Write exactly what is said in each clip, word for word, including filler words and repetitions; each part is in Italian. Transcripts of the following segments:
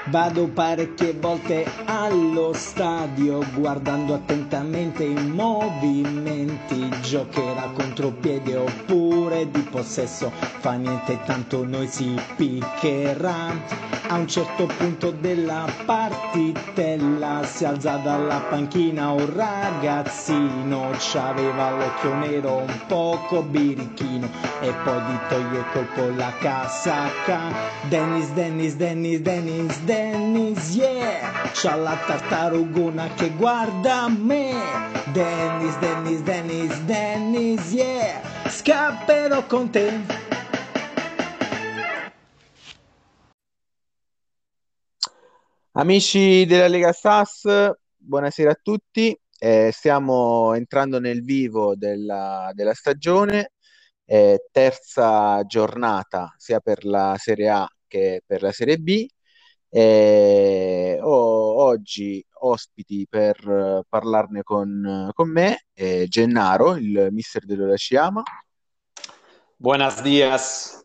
Vado parecchie volte allo stadio, guardando attentamente i movimenti, giocherà contropiede oppure di possesso, fa niente tanto noi si piccherà. A un certo punto della partitella si alza dalla panchina un ragazzino, c'aveva l'occhio nero un poco birichino e poi gli toglie colpo la casacca. Dennis, Dennis, Dennis, Dennis, Dennis, yeah! C'ha la tartarugona che guarda me. Dennis, Dennis, Dennis, Dennis, yeah! Scapperò con te. Amici della Lega Sass, buonasera a tutti. Eh, stiamo entrando nel vivo della, della stagione, eh, terza giornata sia per la Serie A che per la Serie B. Eh, ho oggi ospiti per eh, parlarne con, con me, eh, Gennaro, il mister dell'Ola Ciama. Buenos días.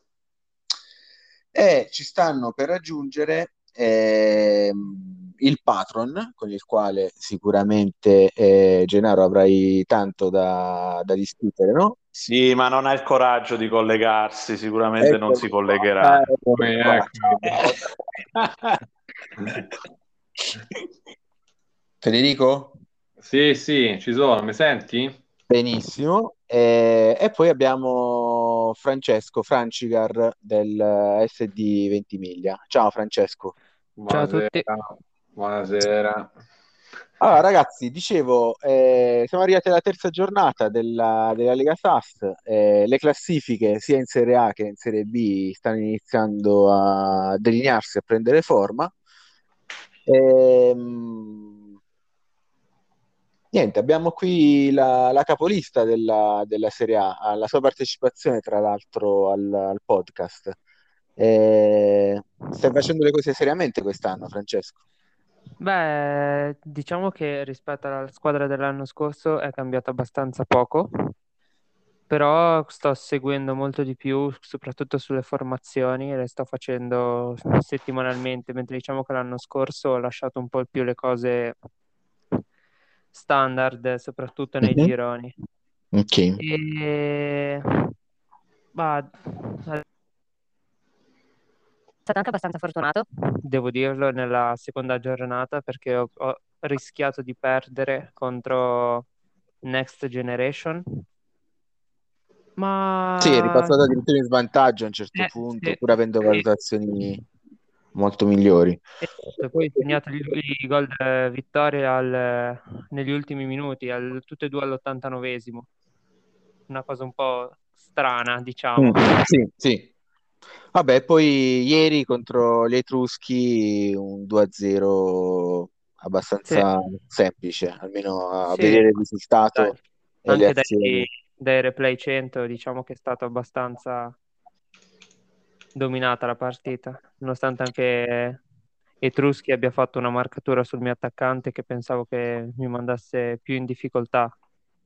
E ci stanno per raggiungere ehm, il patron, con il quale sicuramente eh, Gennaro avrai tanto da, da discutere, no? Sì, ma non ha il coraggio di collegarsi, sicuramente non si Eccolo qua, collegherà. eccolo Eccomi, qua. eccomi. Federico? Sì, sì, ci sono, mi senti? Benissimo. Eh, e poi abbiamo Francesco Francigar del S D Ventimiglia. Ciao Francesco. Ciao a tutti. Buonasera, buonasera. Allora, ragazzi, dicevo, eh, siamo arrivati alla terza giornata della, della Lega Sass. Eh, le classifiche sia in Serie A che in Serie B stanno iniziando a delinearsi, a prendere forma. Ehm, niente, abbiamo qui la, la capolista della, della Serie A, alla sua partecipazione, tra l'altro, al, al podcast. Eh, stai facendo le cose seriamente quest'anno, Francesco? Beh, diciamo che rispetto alla squadra dell'anno scorso è cambiato abbastanza poco, però sto seguendo molto di più, soprattutto sulle formazioni, e le sto facendo settimanalmente, mentre diciamo che l'anno scorso ho lasciato un po' più le cose standard, soprattutto nei Mhm. gironi. Ok. E... bah, stato anche abbastanza fortunato, devo dirlo, nella seconda giornata perché ho, ho rischiato di perdere contro Next Generation. Sì, è Ma ripassato addirittura in svantaggio a un certo eh, punto, sì, pur avendo sì, valutazioni molto migliori. esatto. Poi ho segnato i, i gol eh, vittoria al- negli ultimi minuti, al- tutte e due all'ottantanovesimo. Una cosa un po' strana, diciamo. Mm, sì, sì. Vabbè, poi ieri contro gli Etruschi un due a zero Sì, abbastanza semplice, almeno a sì, vedere il dai. risultato e le Anche dai, azioni. dai replay cento, diciamo che è stato abbastanza dominata la partita, nonostante anche Etruschi abbia fatto una marcatura sul mio attaccante che pensavo che mi mandasse più in difficoltà.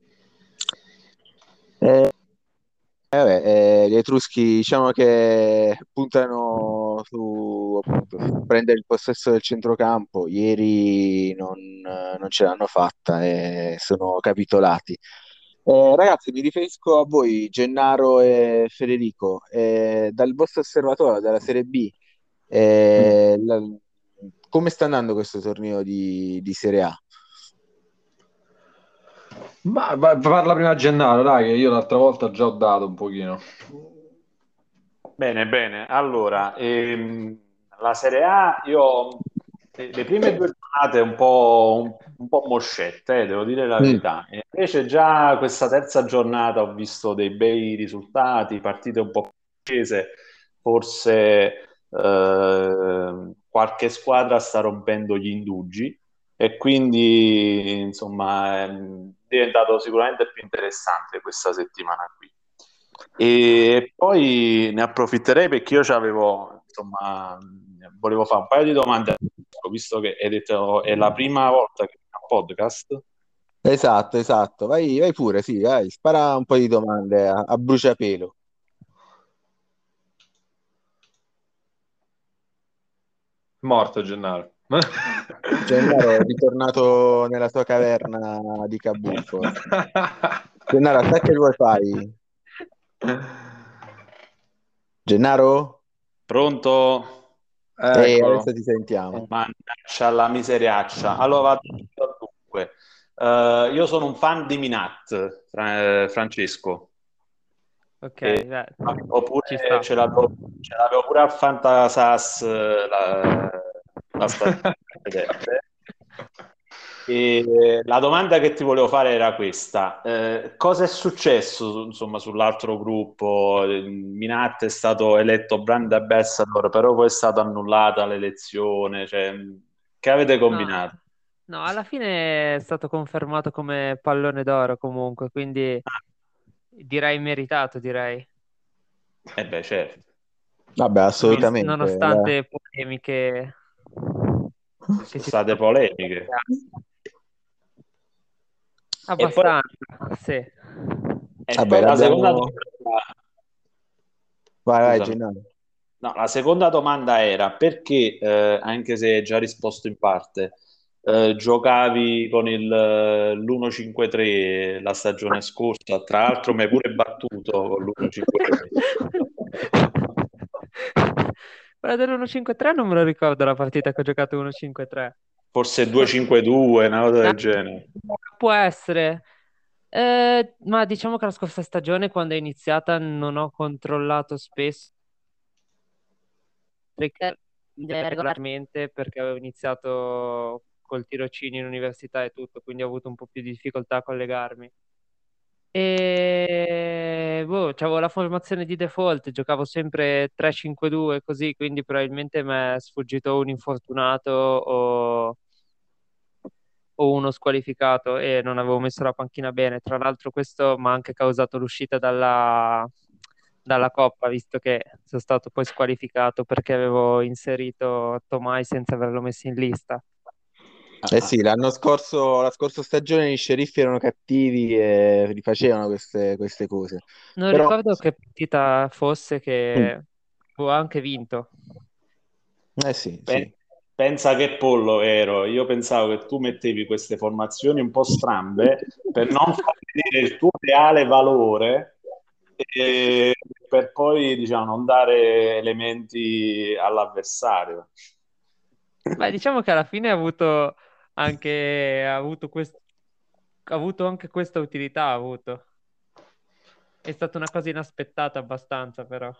Eh, eh, vabbè, eh, gli Etruschi diciamo che puntano su appunto su prendere il possesso del centrocampo. Ieri non, non ce l'hanno fatta e sono capitolati. Eh, ragazzi, mi riferisco a voi, Gennaro e Federico. Eh, dal vostro osservatorio della Serie B, eh, la- come sta andando questo torneo di, di Serie A? Ma, ma parla prima a Gennaro, dai, che io l'altra volta già ho dato un pochino. Bene, bene. Allora, ehm, la Serie A, io le, le prime due giornate un po', un, un po' moscette, eh, devo dire la Mm. verità. E invece già questa terza giornata ho visto dei bei risultati, partite un po' accese, forse eh, qualche squadra sta rompendo gli indugi e quindi insomma è diventato sicuramente più interessante questa settimana qui. E poi ne approfitterei perché io c'avevo, insomma, volevo fare un paio di domande, a Francesco, visto che hai detto è la prima volta che fa un podcast. Esatto, esatto. Vai, vai pure, sì, vai, spara un po' di domande a, a bruciapelo. Morto Gennaro. Gennaro è ritornato nella sua caverna di Kabul, forse. Gennaro, attacca il wifi. Gennaro? Pronto? E Eccolo. adesso ti sentiamo. Mannaggia la miseriaccia. Allora, vado dunque. Eh, io sono un fan di Minat, Fra- eh, Francesco. Ok, E beh, oppure ci sta. ce l'avevo, ce l'avevo pure al Fantasas eh, la, la stagione precedente. E la domanda che ti volevo fare era questa: Eh, cosa è successo insomma sull'altro gruppo? Minat è stato eletto brand ambassador, però poi è stata annullata l'elezione, cioè, che avete No, combinato? no, alla fine è stato confermato come pallone d'oro comunque, quindi direi meritato, direi. Eh beh, certo. Vabbè, Nonost- assolutamente. La- nonostante polemiche Ci che sono si state sono polemiche. E poi, abbastanza, sì. e Vabbè, poi la seconda l'abbiamo... domanda, Vai, vai, scusami. Gennaro. No, la seconda domanda era perché, eh, anche se hai già risposto in parte, eh, giocavi con il, l'uno cinque tre la stagione scorsa? Tra l'altro mi hai pure battuto con l'uno cinque tre. Quella dell'uno cinque tre non me lo ricordo la partita che ho giocato uno cinque tre. Forse due cinque due, una cosa Ah, del genere. può essere. Eh, ma diciamo che la scorsa stagione, quando è iniziata, non ho controllato spesso perché- regolarmente perché avevo iniziato col tirocinio in università e tutto, quindi ho avuto un po' più di difficoltà a collegarmi. E boh, c'avevo la formazione di default, giocavo sempre tre cinque due così, quindi probabilmente mi è sfuggito un infortunato o, o uno squalificato e non avevo messo la panchina bene. Tra l'altro questo mi ha anche causato l'uscita dalla, dalla Coppa, visto che sono stato poi squalificato perché avevo inserito Tomai senza averlo messo in lista. Eh sì, l'anno scorso, la scorsa stagione i sceriffi erano cattivi e rifacevano queste, queste cose. Non Però, ricordo che partita fosse mm, che ho anche vinto. eh sì, Pen- sì. Pensa che pollo ero, io pensavo che tu mettevi queste formazioni un po' strambe per non far vedere il tuo reale valore e per poi, diciamo, non dare elementi all'avversario. Beh, diciamo che alla fine ha avuto anche, ha avuto quest- ha avuto anche questa utilità, ha avuto. È stata una cosa inaspettata abbastanza, però.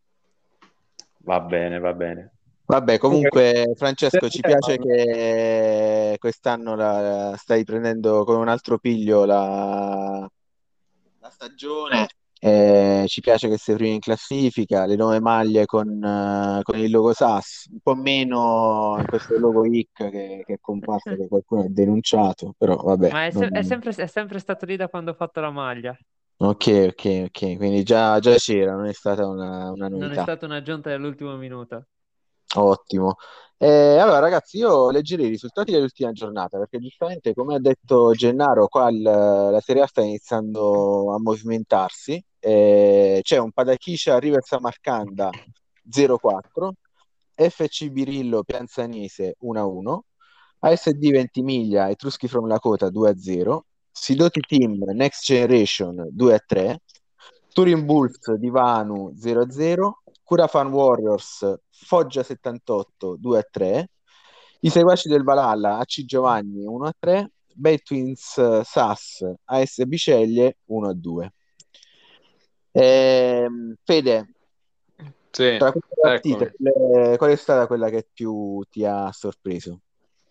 Va bene, va bene. Vabbè, comunque, Francesco, ci piace Ok. che quest'anno la, stai prendendo con un altro piglio la, la stagione. Eh, ci piace che sei primo in classifica, le nuove maglie con, eh, con il logo S A S, un po' meno questo logo I C che, che è comparso, che qualcuno ha denunciato, però vabbè. Ma è, se- è non- sempre, è sempre stato lì da quando ho fatto la maglia. Ok, ok, ok, quindi già, già c'era, non è stata una, una Non è novità. stata un'aggiunta dell'ultimo minuto. Ottimo. Eh, allora, ragazzi, io leggerei i risultati dell'ultima giornata perché giustamente, come ha detto Gennaro, qua il- la Serie A sta iniziando a movimentarsi. Eh, c'è un Padachiscia River Samarcanda zero quattro, F C Birillo Pianzanese uno a uno, A S D Ventimiglia Etruschi from Lakota due a zero, Sidoti Team Next Generation due a tre, Turin Bulls di Vanu zero a zero, Curafan Warriors Foggia settantotto due a tre, i seguaci del Valhalla A C Giovanni uno a tre, Bay Twins eh, Sass A S Biceglie uno a due. Ehm, Fede, Sì, tra queste partite, eccomi. qual è qual è stata quella che più ti ha sorpreso?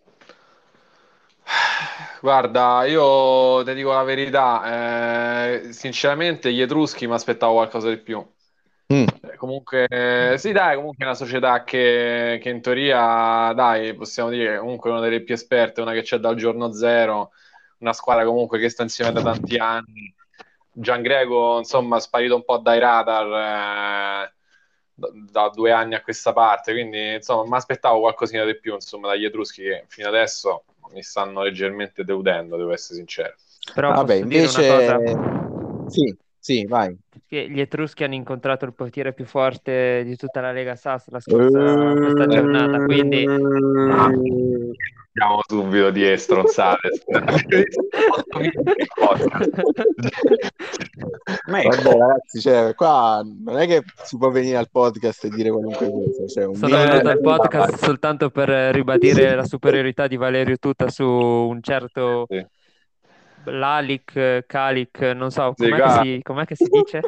Guarda, io ti dico la verità, eh, sinceramente gli Etruschi mi aspettavo qualcosa di più. Mm, Eh, Comunque, eh, sì, dai, comunque è una società che, che in teoria, dai, possiamo dire, comunque è una delle più esperte, una che c'è dal giorno zero, una squadra comunque che sta insieme da tanti anni. Giangrego, insomma, è sparito un po' dai radar, eh, da, da due anni a questa parte, quindi, insomma, mi aspettavo qualcosina di più, insomma, dagli Etruschi che fino adesso mi stanno leggermente deludendo, devo essere sincero. Però vabbè, posso dire una cosa. invece, sì, Sì, vai. Perché gli Etruschi hanno incontrato il portiere più forte di tutta la Lega Sass la scorsa questa Eh, giornata, quindi Ah, andiamo subito di stronzate. Otto minuti di podcast. Ma è Vabbè, co- ragazzi, cioè, qua non è che si può venire al podcast e dire qualunque cosa, cioè, un sono minimo venuto di... al podcast soltanto per ribadire la superiorità di Valerio Tuta su un certo Sì. Lalic, Calic, non so, Sì, com'è che qua- si, com'è che si dice?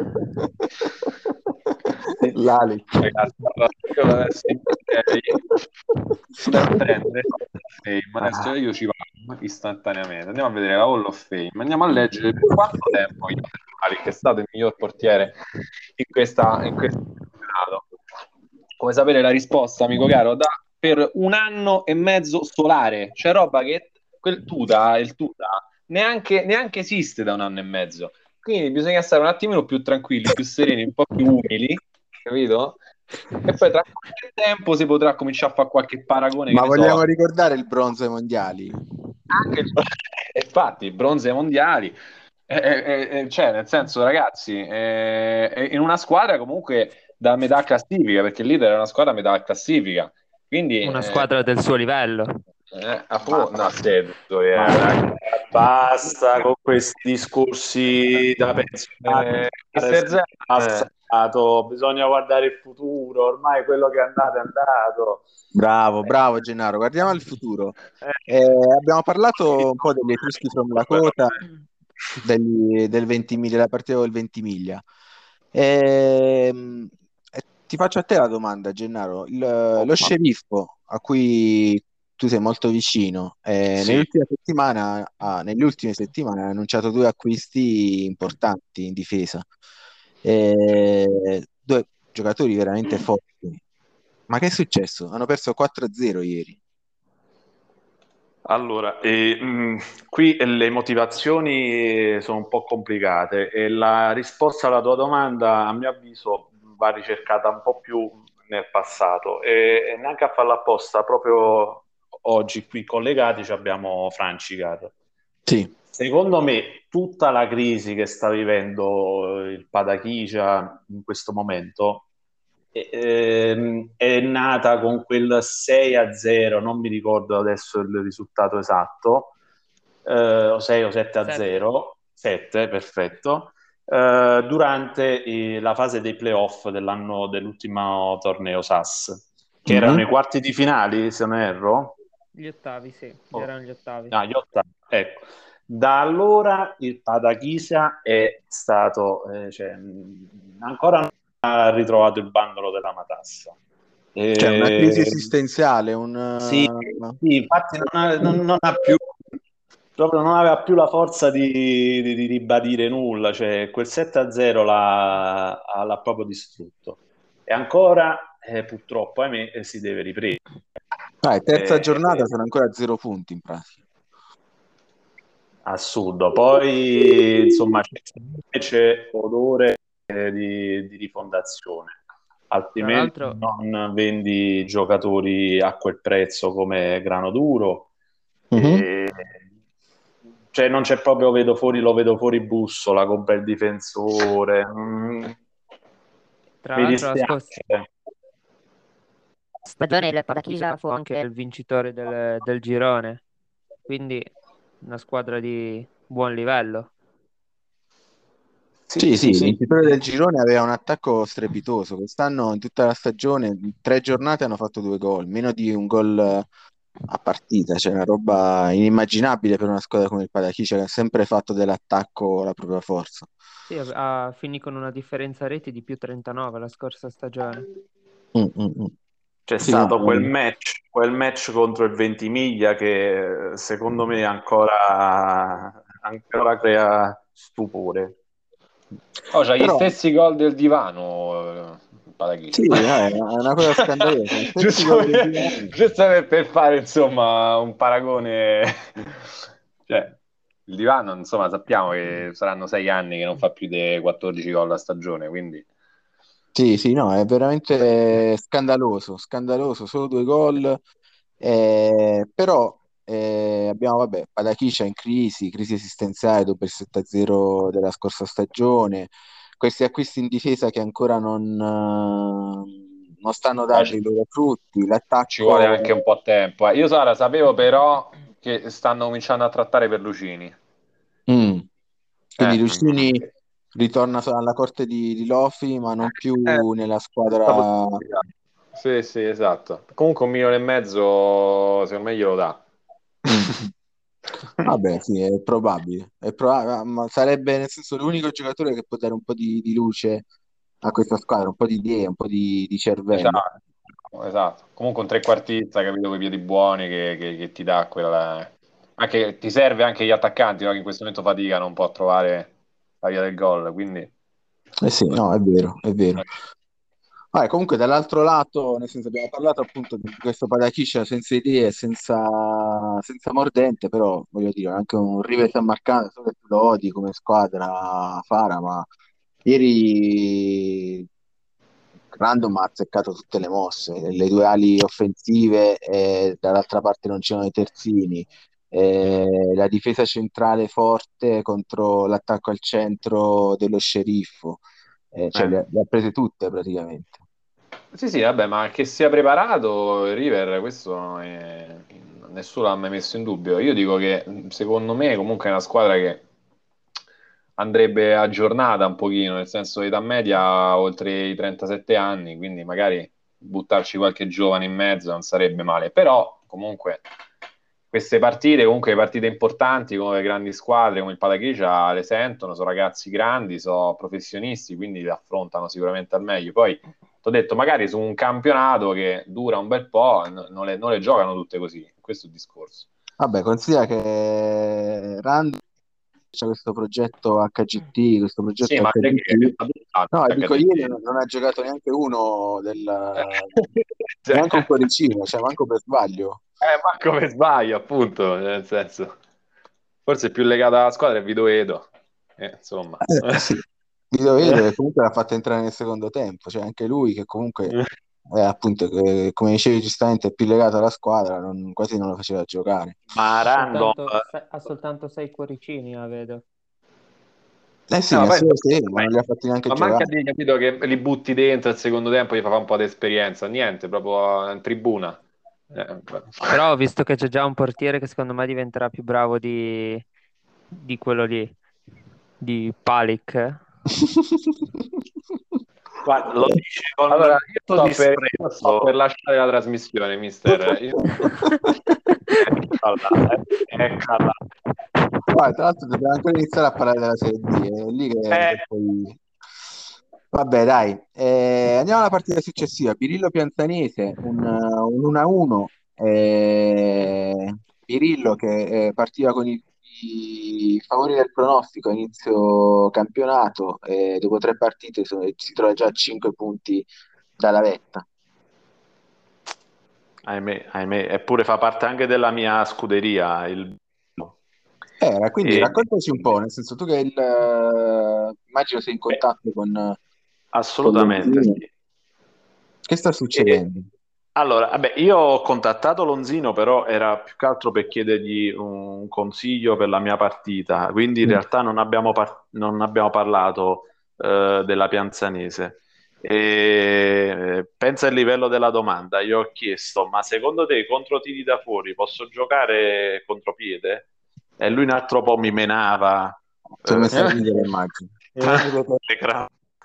Lali. Ragazzi, allora, io adesso inizierei da prendere Fame. Adesso io ci vado istantaneamente. Andiamo a vedere la Hall of Fame. Andiamo a leggere per quanto tempo Malik è stato il miglior portiere in questa in questo campionato. Come sapere la risposta, amico caro, da per un anno e mezzo solare. C'è roba che quel Tuta, il Tuta, neanche, neanche esiste da un anno e mezzo. Quindi bisogna stare un attimino più tranquilli, più sereni, un po' più umili, capito? E poi tra qualche tempo si potrà cominciare a fare qualche paragone, che Ma ne vogliamo so, ricordare il bronzo ai mondiali? anche il... infatti, i bronze mondiali, eh, eh, eh, cioè, nel senso, ragazzi, eh, eh, in una squadra comunque da metà classifica, perché il leader è una squadra a metà classifica, quindi Una eh, squadra del suo livello. eh, appunto, no, sì, dove, ma eh, ragazzi, basta con questi discorsi da eh, pensionati mister sul Zen, eh, passato, bisogna guardare il futuro, ormai quello che è andato è andato. Bravo, bravo Gennaro, guardiamo al futuro. Eh, Eh, abbiamo parlato un po' degli Etruschi from Lakota, degli- del ventimiglia, della partita del ventimiglia. Ehm, e ti faccio a te la domanda, Gennaro. Il- lo sceriffo a cui tu sei molto vicino, eh, sì. nell'ultima settimana, ha- nelle ultime settimane ha annunciato due acquisti importanti in difesa. Eh, due giocatori veramente forti. Ma che è successo? Hanno perso quattro a zero ieri. Allora, eh, mh, qui le motivazioni sono un po' complicate e la risposta alla tua domanda, a mio avviso, va ricercata un po' più nel passato e, e neanche a farla apposta, proprio oggi qui collegati ci abbiamo Franci, caro. Sì. Secondo me tutta la crisi che sta vivendo il Patachicia in questo momento ehm, è nata con quel sei a zero, non mi ricordo adesso il risultato esatto, eh, o sei o sette a Sette. zero, sette, perfetto, eh, durante eh, la fase dei playoff dell'anno dell'ultimo torneo S A S, che Mhm. erano i quarti di finali, se non erro. Gli ottavi, sì, Oh. erano gli ottavi. Ah, gli ottavi, ecco. Da allora il Patachiesa è stato, eh, cioè, mh, ancora non ha ritrovato il bandolo della matassa. Cioè, una crisi E- esistenziale, un... sì, uh, sì, infatti non ha, non- non ha più, proprio non aveva più la forza di, di- di ribadire nulla, cioè quel sette a zero l'ha, l'ha proprio distrutto. E ancora, eh, purtroppo, ahimè, eh, si deve riprendere. Dai, terza Eh, giornata sono ancora a zero punti in pratica. Assurdo. Poi, insomma, c'è invece odore eh, di, di rifondazione, Tra altrimenti l'altro, non vendi giocatori a quel prezzo come grano duro. Mhm. E, cioè, non c'è proprio, vedo fuori, lo vedo fuori bussola, compra il difensore. Mm, tra mi l'altro la dispiace. scorsa stagione il Patachiesa fu anche il vincitore del, del girone, quindi una squadra di buon livello. Sì, sì, il vincitore del girone aveva un attacco strepitoso. Quest'anno in tutta la stagione, in tre giornate hanno fatto due gol, meno di un gol eh, a partita, cioè una roba inimmaginabile per una squadra come il Patachicia che ha sempre fatto dell'attacco la propria forza. Sì, ha, ha- finì con una differenza reti di più trentanove la scorsa stagione. Mm, mm, mm. C'è Sì, stato no, quel eh, match, quel match contro il Ventimiglia che secondo me ancora, ancora crea stupore. Oh, c'ha gli Però stessi gol del divano, eh, Patachic. sì, no, è una, è una cosa scandalosa. Gli stessi giusto, gol del per, Dinamo. giusto per, per fare insomma un paragone. Cioè, il divano, insomma, sappiamo che saranno sei anni che non fa più di quattordici gol a stagione, quindi Sì, sì, no, è veramente scandaloso, scandaloso, solo due gol, eh, però E abbiamo, vabbè, Padakic in crisi, crisi esistenziale dopo il sette a zero della scorsa stagione. Questi acquisti in difesa che ancora non, eh, non stanno Dai, dando ci, i loro frutti. ci vuole L'attacco, anche un po' tempo. eh. Io, Sara, sapevo però che stanno cominciando a trattare per Lucini. mm. Quindi Eh, Lucini mm, ritorna so- alla corte di, di Lofi, ma non eh, più nella la squadra. possibilità. Sì, sì, esatto. Comunque un milione e mezzo, secondo me glielo dà. Mm. Vabbè, sì, è probabile. È proba- ma sarebbe nel senso l'unico giocatore che può dare un po' di, di luce a questa squadra, un po' di idee, un po' di, di cervello. Esatto, esatto. Comunque un trequartista, capito, con i piedi buoni che, che- che ti dà quella... Anche, ti serve anche gli attaccanti, no? Che in questo momento faticano un po' a trovare la via del gol, quindi... Eh sì, no, è vero, è vero. Vabbè, comunque dall'altro lato, nel senso abbiamo parlato appunto di questo Padakic senza idee, senza, senza mordente, però voglio dire, anche un River San Marcano, so che tu lo odi come squadra, Fara, ma ieri Random ha azzeccato tutte le mosse, le due ali offensive e dall'altra parte non c'erano i terzini, eh, la difesa centrale forte contro l'attacco al centro dello sceriffo, eh, cioè Eh. le, le ha prese tutte praticamente. Sì, sì, vabbè, ma che sia preparato il River, questo è- nessuno l'ha mai messo in dubbio. Io dico che secondo me comunque è una squadra che andrebbe aggiornata un pochino, nel senso età media oltre i trentasette anni, quindi magari buttarci qualche giovane in mezzo non sarebbe male. Però comunque queste partite, comunque partite importanti come le grandi squadre come il Palachicia le sentono, sono ragazzi grandi, sono professionisti, quindi le affrontano sicuramente al meglio. Poi ti ho detto, magari su un campionato che dura un bel po', n- non le, non le giocano tutte così. Questo è il discorso. Vabbè, considera che Rand c'è questo progetto H G T, questo Sì, progetto ma te che H G T. No, dico, ieri H D T. non non ha giocato neanche uno del, Cioè, neanche un cuoricino, cioè manco per sbaglio. eh, ma come sbaglio, appunto, nel senso, forse è più legata alla squadra è Vito Edo. Eh, insomma. Eh, sì, di Dovedo che comunque l'ha fatto entrare nel secondo tempo, cioè anche lui che comunque è appunto, che, come dicevi giustamente, è più legato alla squadra, non- quasi non lo faceva giocare. Ma Ha random, soltanto, se- ha soltanto sei cuoricini, la vedo. Eh Eh, sì, ma nel poi senso sì, ma non li ha fatti neanche ma manca giocare. di capito che li butti dentro al secondo tempo gli fa fare un po' di esperienza, niente, proprio in tribuna. Eh, Però ho visto che c'è già un portiere che secondo me diventerà più bravo di, di quello lì, di Palic. guarda, lo dice con Allora, io molto sto per, io sto per disprezzo. lasciare la trasmissione, mister. Io- Eccola, eh, eccola. Guarda, tra l'altro dobbiamo ancora iniziare a parlare della Serie B, è lì che, Eh, che poi. Vabbè, dai, eh, andiamo alla partita successiva. Birillo Pianzanese, un, un uno a uno. eh, Birillo che eh, partiva con i, i favori del pronostico a inizio campionato, e dopo tre partite sono- si trova già a cinque punti dalla vetta. ahimè, ahimè, eppure fa parte anche della mia scuderia. Il... Eh, quindi E, raccontaci un po', nel senso tu che il, eh, immagino sei in beh, contatto con, con assolutamente Lonzino. sì. Che sta E, succedendo? allora, vabbè, io ho contattato Lonzino, però era più che altro per chiedergli un consiglio per la mia partita, quindi in Mm. realtà non abbiamo, par- non abbiamo parlato eh, della Pianzanese. E, eh, pensa al livello della domanda. Io ho chiesto, ma secondo te contro tiri da fuori posso giocare contropiede? E lui un altro po' mi menava. Ti ho eh, messo a ridere, immagino. tramite Telegram.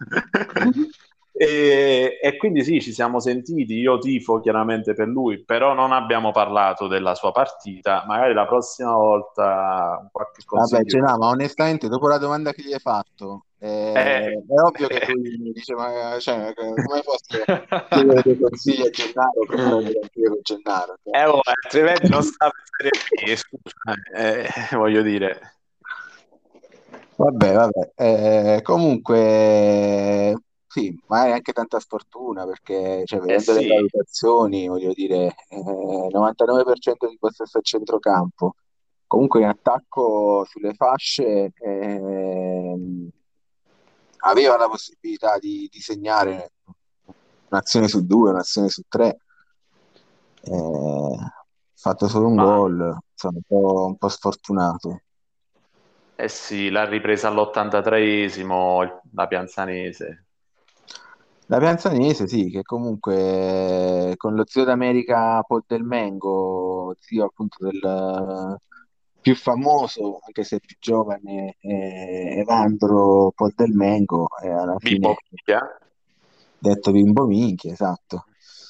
E, e quindi sì, ci siamo sentiti, io tifo chiaramente per lui, però non abbiamo parlato della sua partita, magari la prossima volta qualche Vabbè, consiglio. cioè, no, ma onestamente, dopo la domanda che gli hai fatto, eh, Eh, è ovvio che lui mi dice, ma cioè, che- come posso chiedere dei consigli a Gennaro per fare le partite con Gennaro? Cioè. eh, oh, altrimenti non sta per Serie B, scusa, eh, voglio dire. Vabbè, vabbè. Eh, comunque, sì, magari anche tanta sfortuna perché, cioè, Eh vedendo le sì, valutazioni, voglio dire, eh, novantanove per cento di possesso a centrocampo. Comunque in attacco sulle fasce ehm, aveva la possibilità di, di segnare un'azione su due, un'azione su tre, eh, fatto solo un ma gol. insomma, un po', un po' sfortunato. Eh sì, l'ha ripresa all'ottantatreesimo il- la Pianzanese. La Pianzanese, sì, che comunque eh, con lo zio d'America Paul Del Mengo, zio appunto del più famoso, anche se più giovane, eh, Evandro Paul Del Mengo, e alla Bimbo fine Picchia. detto Bimbo Minchia, esatto.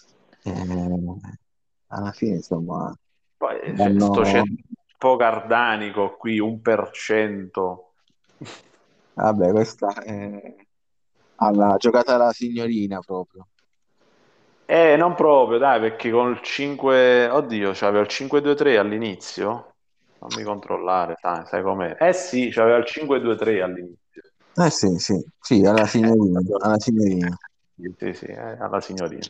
Eh, alla fine, insomma, Poi c'è sto vanno... centro cardanico qui, un per cento. Vabbè, questa è alla giocata alla signorina proprio. Eh, non proprio, dai, perché con il cinque... Oddio, c'aveva il cinque due tre all'inizio? Fammi controllare, sai, sai com'è? Eh sì, c'aveva il cinque due tre all'inizio. Eh sì, sì, sì, alla Eh, signorina, alla signorina. sì, sì, sì, eh, alla signorina.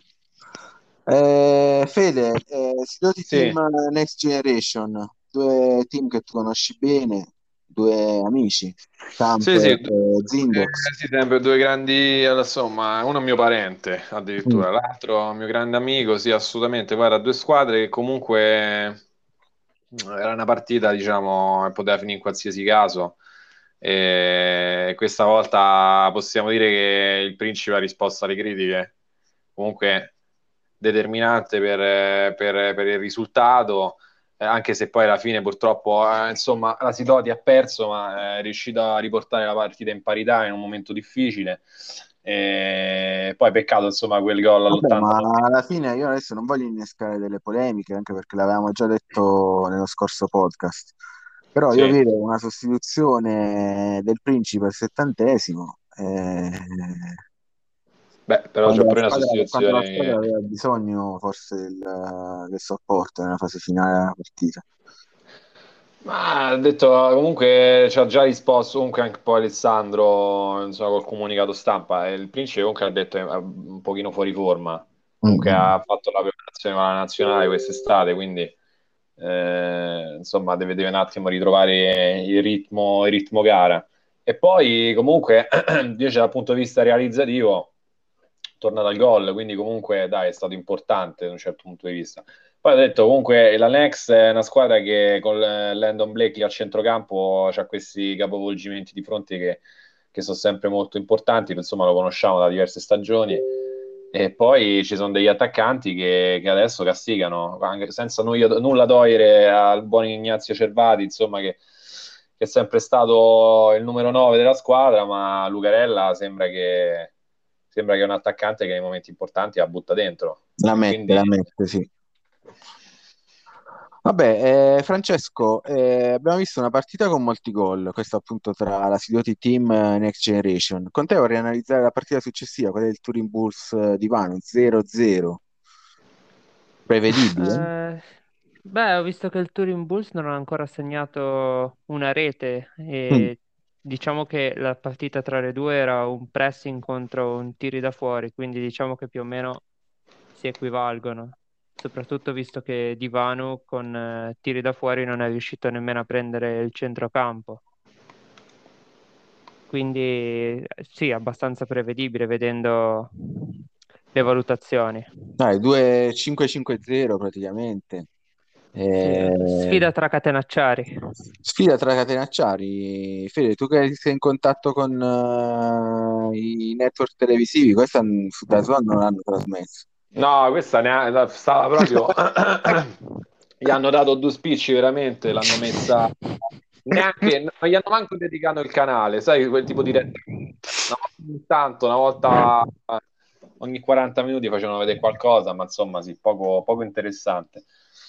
Eh, Fede, eh, Sidoti Team Sì, Next Generation, due team che tu conosci bene, due amici, Camp sì, sì, e d- Zindox. eh, sì, sempre due grandi, insomma, uno è mio parente Mm. addirittura, l'altro è un mio grande amico, sì, assolutamente, guarda, due squadre che comunque era una partita, diciamo, che poteva finire in qualsiasi caso. E questa volta possiamo dire che il Principe ha risposto alle critiche, comunque determinante per, per- per il risultato, eh, anche se poi alla fine purtroppo, eh, insomma, la Sidoti ha perso, ma è riuscita a riportare la partita in parità in un momento difficile. E poi peccato, insomma, quel gol Vabbè, ma all'ottanta. alla fine io adesso non voglio innescare delle polemiche, anche perché l'avevamo già detto nello scorso podcast, però io Sì. vedo una sostituzione del Principe al settantesimo, eh, Beh, però c'è quando la pure una squadra, quando la sostituzione. squadra aveva bisogno forse del, del supporto nella fase finale della partita. Ma ha detto comunque ci ha già risposto comunque anche poi Alessandro, insomma, col comunicato stampa. E il Principe comunque ha detto è un pochino fuori forma. Mm, Comunque mm. ha fatto la preparazione con la nazionale quest'estate, quindi eh, insomma deve, deve un attimo ritrovare il ritmo, il ritmo gara. E poi comunque invece dal punto di vista realizzativo torna dal gol, quindi comunque dai, è stato importante da un certo punto di vista. Poi ho detto comunque la Nex è una squadra che con Landon Blakely al centrocampo ha questi capovolgimenti di fronte che, che sono sempre molto importanti, insomma lo conosciamo da diverse stagioni. E poi ci sono degli attaccanti che, che adesso castigano, anche senza nulla, nulla togliere al buon Ignazio Cervati, insomma che, che è sempre stato il numero nove della squadra, ma Lucarella sembra che, sembra che è un attaccante che nei momenti importanti la butta dentro. La E mette, quindi la mette, sì. Vabbè, eh, Francesco, eh, abbiamo visto una partita con molti gol, questa appunto tra la Sidoti Team e Next Generation. Con te vorrei analizzare la partita successiva, quella del Turin Bulls eh, di Vano, zero zero. Prevedibile? Eh, beh, ho visto che il Turin Bulls non ha ancora segnato una rete Mm. e diciamo che la partita tra le due era un pressing contro un tiri da fuori, quindi diciamo che più o meno si equivalgono, soprattutto visto che Divano con eh, tiri da fuori non è riuscito nemmeno a prendere il centrocampo. Quindi eh, sì, abbastanza prevedibile vedendo le valutazioni. Dai, due cinque cinque zero praticamente. Sì, Eh, sfida tra catenacciari. Sfida tra catenacciari. Fede, tu che sei in contatto con eh, i network televisivi, questa mm, su DAZN non l'hanno trasmesso. no, questa ne ha- stava proprio. Gli hanno dato due spicci veramente, l'hanno messa. Neanche, non gli hanno manco dedicato il canale, sai, quel tipo di diretta. Una volta ogni tanto, una volta ogni quaranta minuti facevano vedere qualcosa, ma insomma, sì, poco, poco interessante.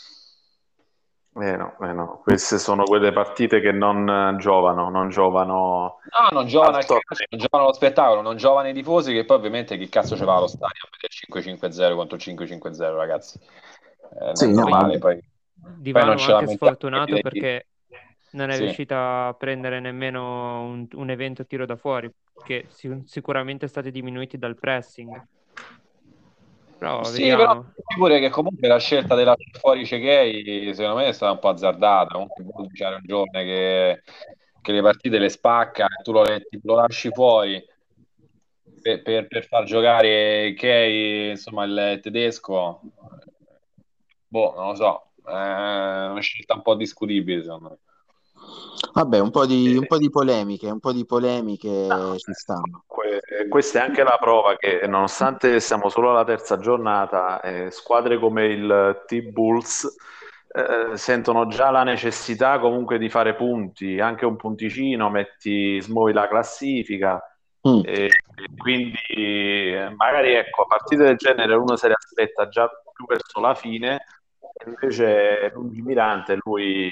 Eh no, eh no. Queste sono quelle partite che non eh, giovano, non giovano No, non giovano al al calcio, non torneo. giovano allo spettacolo, non giovano i tifosi, che poi ovviamente chi cazzo ci va allo stadio a vedere cinque cinque zero contro cinque cinque zero, ragazzi. Eh, non Sì, è no, Poi normale, vabbè. poi, poi non Divano ce anche lamentiamo. sfortunato perché non è Sì. riuscita a prendere nemmeno un, un evento tiro da fuori, che si- sicuramente state diminuiti dal pressing. Però Sì, però vediamo. pure che comunque la scelta della fuori Cechei secondo me è stata un po' azzardata. Comunque Bonucci era un giovane che, che le partite le spacca e tu lo, lo lasci fuori per, per- per far giocare Kei, insomma, il tedesco. Boh, non lo so. È una scelta un po' discutibile, secondo me. Vabbè, un po' di, un Eh, po' di polemiche, un po' di polemiche no, ci stanno. que- questa è anche la prova che, nonostante siamo solo alla terza giornata, eh, squadre come il T-Bulls eh, sentono già la necessità comunque di fare punti, anche un punticino, metti, smuovi la classifica. Mm. E quindi eh, magari ecco, partite del genere uno se le aspetta già più verso la fine, e invece è lungimirante, lui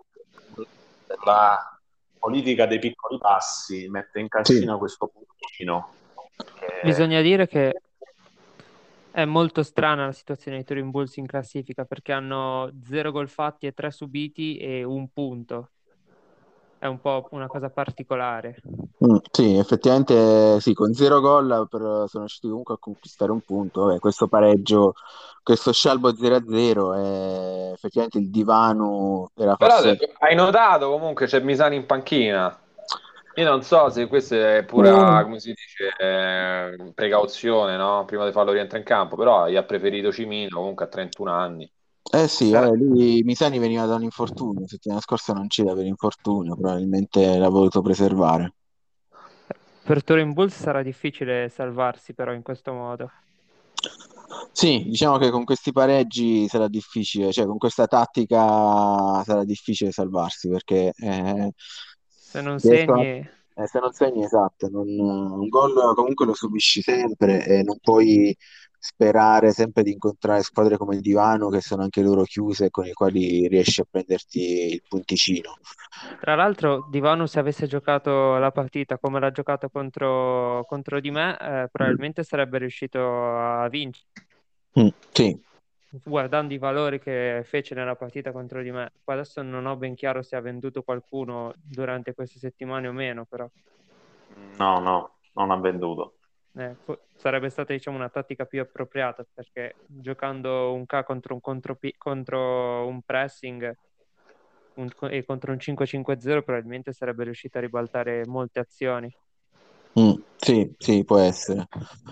la politica dei piccoli passi mette in Sì. cascina questo puntino. che- Bisogna dire che è molto strana la situazione dei Turin Bulls in classifica perché hanno zero gol fatti e tre subiti e un punto. È un po' una cosa particolare. Mm, sì, effettivamente sì, con zero gol però sono riusciti comunque a conquistare un punto. Vabbè, questo pareggio, questo scialbo zero a zero, è effettivamente il divano era Però forse... se- hai notato comunque c'è Misani in panchina. Io non so se questa è pura, Eh, come si dice, eh, precauzione, no? Prima di farlo rientrare in campo, però gli ha preferito Cimino comunque a trentuno anni. eh sì, Eh, vabbè, lui Misani veniva da un infortunio, la settimana scorsa non c'era per infortunio, probabilmente l'ha voluto preservare. Per Turin Bulls sarà difficile salvarsi però in questo modo. Sì, diciamo che con questi pareggi sarà difficile, cioè con questa tattica sarà difficile salvarsi perché eh, Se non riescono- segni, eh, se non segni esatto, non- un gol comunque lo subisci sempre e non puoi sperare sempre di incontrare squadre come il Divano che sono anche loro chiuse e con i quali riesci a prenderti il punticino. tra l'altro, Divano se avesse giocato la partita come l'ha giocato contro, contro di me, eh, probabilmente sarebbe riuscito a vincere, Mm, sì. guardando i valori che fece nella partita contro di me. Poi adesso non ho ben chiaro se ha venduto qualcuno durante queste settimane o meno, però No, no, non ha venduto. eh, fo- sarebbe stata, diciamo, una tattica più appropriata perché giocando un K contro un, contropi- contro un pressing un- e contro un cinque cinque zero probabilmente sarebbe riuscito a ribaltare molte azioni. Mm, sì, sì, può essere.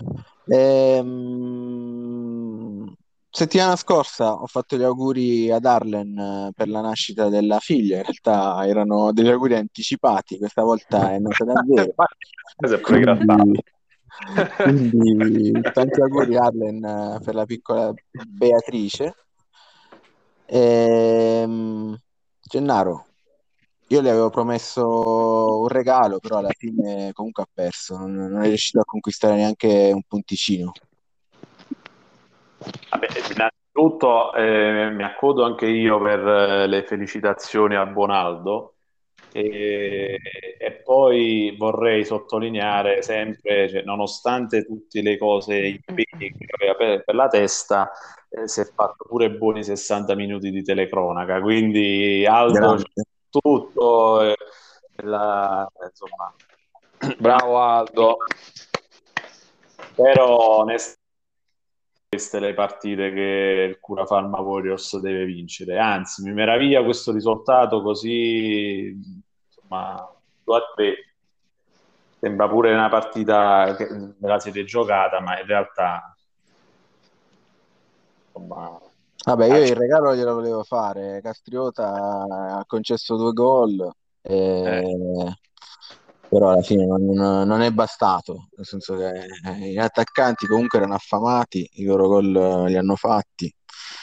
Ehm, settimana scorsa ho fatto gli auguri ad Arlen eh, per la nascita della figlia. In realtà erano degli auguri anticipati, questa volta è nata davvero. Questo è pure grattato. Quindi, quindi tanti auguri Arlen eh, per la piccola Beatrice. Ehm, Gennaro, io le avevo promesso un regalo, però alla fine comunque ha perso, non, non è riuscito a conquistare neanche un punticino. Vabbè, innanzitutto eh, mi accodo anche io per eh, le felicitazioni a Bonaldo e, e poi vorrei sottolineare sempre, cioè, nonostante tutte le cose, gli impegni che aveva per, per la testa, eh, si è fatto pure buoni sessanta minuti di telecronaca, quindi Aldo c'è Grande. tutto, eh, la- insomma, Bravo Aldo. però onestamente queste le partite che il Curafarma Warriors deve vincere. Anzi, mi meraviglia questo risultato così, insomma, due a tre. Sembra pure una partita che ve la siete giocata, ma in realtà, insomma, Vabbè, io calcio- il regalo glielo volevo fare. Castriota ha concesso due gol, eh, eh, però alla fine non, non è bastato, nel senso che eh, gli attaccanti comunque erano affamati, i loro gol eh, li hanno fatti.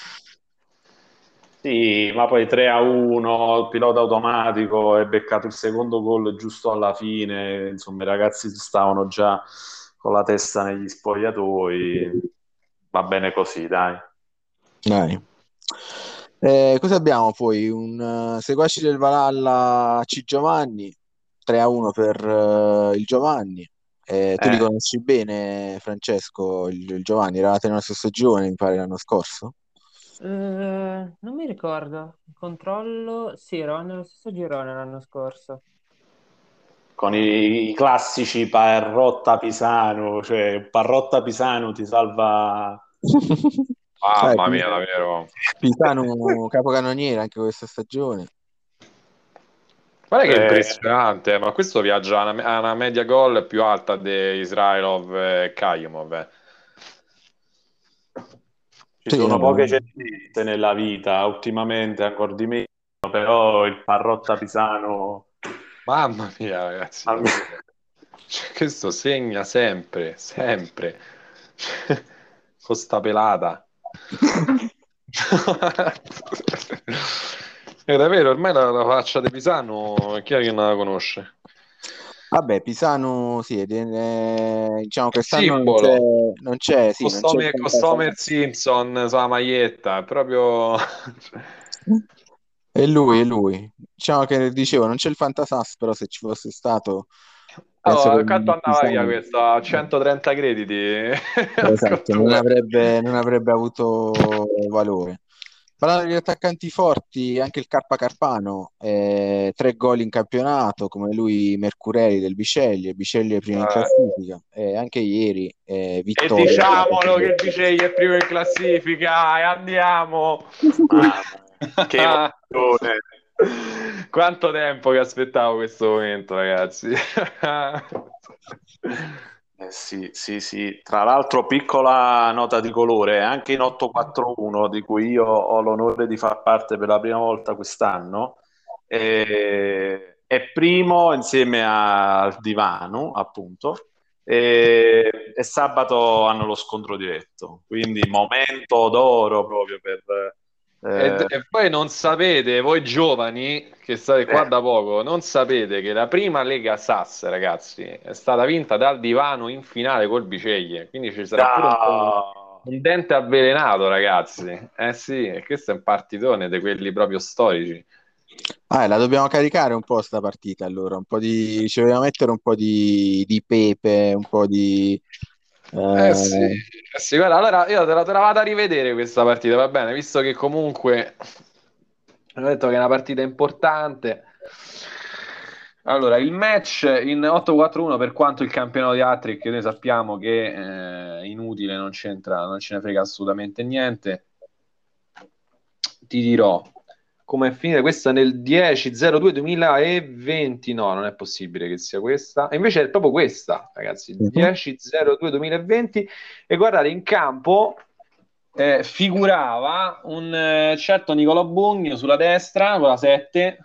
sì, ma poi tre a uno, il pilota automatico, è beccato il secondo gol giusto alla fine, insomma, i ragazzi stavano già con la testa negli spogliatoi. Va bene così, dai. Dai. Eh, cosa abbiamo poi? Un eh, Seguaci del Valhalla C. Giovanni, tre a uno per eh, il Giovanni. Eh, tu li Eh, conosci bene, Francesco, il, il Giovanni, eravate nello stesso girone, mi pare, l'anno scorso? Eh, non mi ricordo. Controllo. Sì, eravamo nello stesso girone l'anno scorso. con i, i classici Parrotta Pisano, cioè Parrotta Pisano ti salva. Eh, Mamma Pi- mia, davvero. Pisano capocannoniere anche questa stagione. Guarda che Eh, impressionante, ma questo viaggia a una, a una media gol più alta di Israilov e Kayumov. eh. ci Ci sono poche certezze nella vita, ultimamente ancora di meno, però il Parrotta Pisano... Mamma mia, ragazzi. Cioè, questo segna sempre, sempre. Con sta pelata. È davvero, ormai la, la faccia di Pisano, chi è che non la conosce? Vabbè, Pisano, sì, ed è- diciamo quest'anno non c'è, Simbolo. non c'è, sì, non c'è il Costomer, Costomer fantasma. Simpson sulla maglietta, è proprio... È lui, è lui. Diciamo che dicevo, non c'è il Fantasas, però se ci fosse stato, penso che Allora, quanto il andava via Pisano, questo? A centotrenta crediti a esatto, non cotture. avrebbe, non avrebbe avuto valore. Parlando degli attaccanti forti, anche il Carpa Carpano, eh, tre gol in campionato, come lui Mercurelli del Biceglie, Biceglie prima in Eh, classifica, e anche ieri eh, E vittoria. diciamolo che il Biceglie è primo in classifica e andiamo. Mamma mia, che emozione! Quanto tempo che aspettavo questo momento, ragazzi. Eh sì, sì, sì. Tra l'altro, piccola nota di colore, anche in otto quattro uno, di cui io ho l'onore di far parte per la prima volta quest'anno, eh, è primo insieme al Divano, appunto, e, e sabato hanno lo scontro diretto, quindi momento d'oro proprio per... E, eh, e poi non sapete, voi giovani che state qua eh, da poco, non sapete che la prima Lega Sass, ragazzi, è stata vinta dal Divano in finale col Biceglie, quindi ci sarà pure un po' un, no. un dente avvelenato, ragazzi. Eh sì, e questo è un partitone di quelli proprio storici. Ah, la dobbiamo caricare un po' sta partita allora, un po' di, ci dobbiamo mettere un po' di, di pepe, un po' di... Eh sì, eh, eh sì, guarda, allora io te la, te la vado a rivedere questa partita, va bene, visto che comunque ho detto che è una partita importante. Allora, il match in otto quattro uno, per quanto il campionato di hat-trick, noi sappiamo che eh, è inutile, non c'entra, non ce ne frega assolutamente niente. Ti dirò come è finita questa nel dieci zero due duemilaventi. No, non è possibile che sia questa. E invece è proprio questa, ragazzi, mhm. dieci zero due duemilaventi. E guardate, in campo eh, figurava un eh, certo Nicolò Bugno sulla destra con la sette.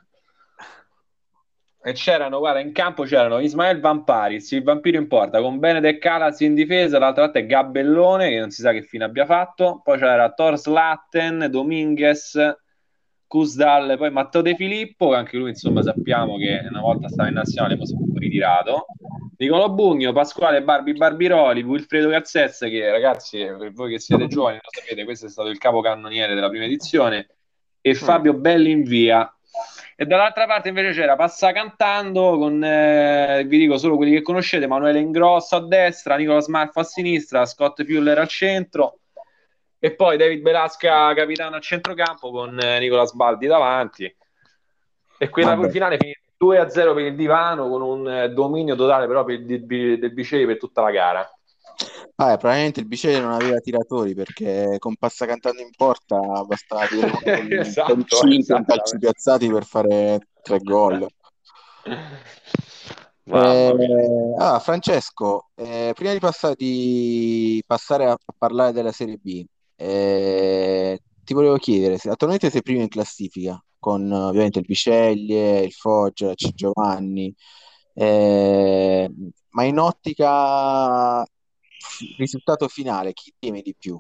E c'erano, guarda, in campo c'erano Ismael Vamparis, il vampiro in porta, con Benedek Kalas in difesa, l'altra parte è Gabellone, che non si sa che fine abbia fatto, poi c'era Thor Slatten, Dominguez, Kusdal, poi Matteo De Filippo, che anche lui, insomma, sappiamo che una volta stava in nazionale, ma si è un po' ritirato, Nicolò Bugno, Pasquale Barbi Barbiroli, Wilfredo Gazzez, che ragazzi, per voi che siete giovani, lo sapete, questo è stato il capocannoniere della prima edizione, e Fabio Belli in via. E dall'altra parte invece c'era Passa Cantando con, eh, vi dico solo quelli che conoscete, Emanuele Ingrosso a destra, Nicola Smarfo a sinistra, Scott Fuller al centro e poi David Belasca capitano a centrocampo con eh, Nicola Sbaldi davanti. E quella Vabbè. finale finì due a zero per il Divano con un eh, dominio totale però per il, del Biceglie per tutta la gara. Vabbè, probabilmente il Biceglie non aveva tiratori perché con Passa cantando in porta bastava dire uno con, con Esatto, cinque in calci esattamente. piazzati per fare tre gol. Mamma Eh, mia. ah, Francesco, eh, prima di, passa- di passare a, a parlare della Serie B, eh, ti volevo chiedere, se attualmente sei primo in classifica, con eh, ovviamente il Biceglie, il Foggia, C. Giovanni, eh, ma in ottica f- risultato finale, chi temi di più?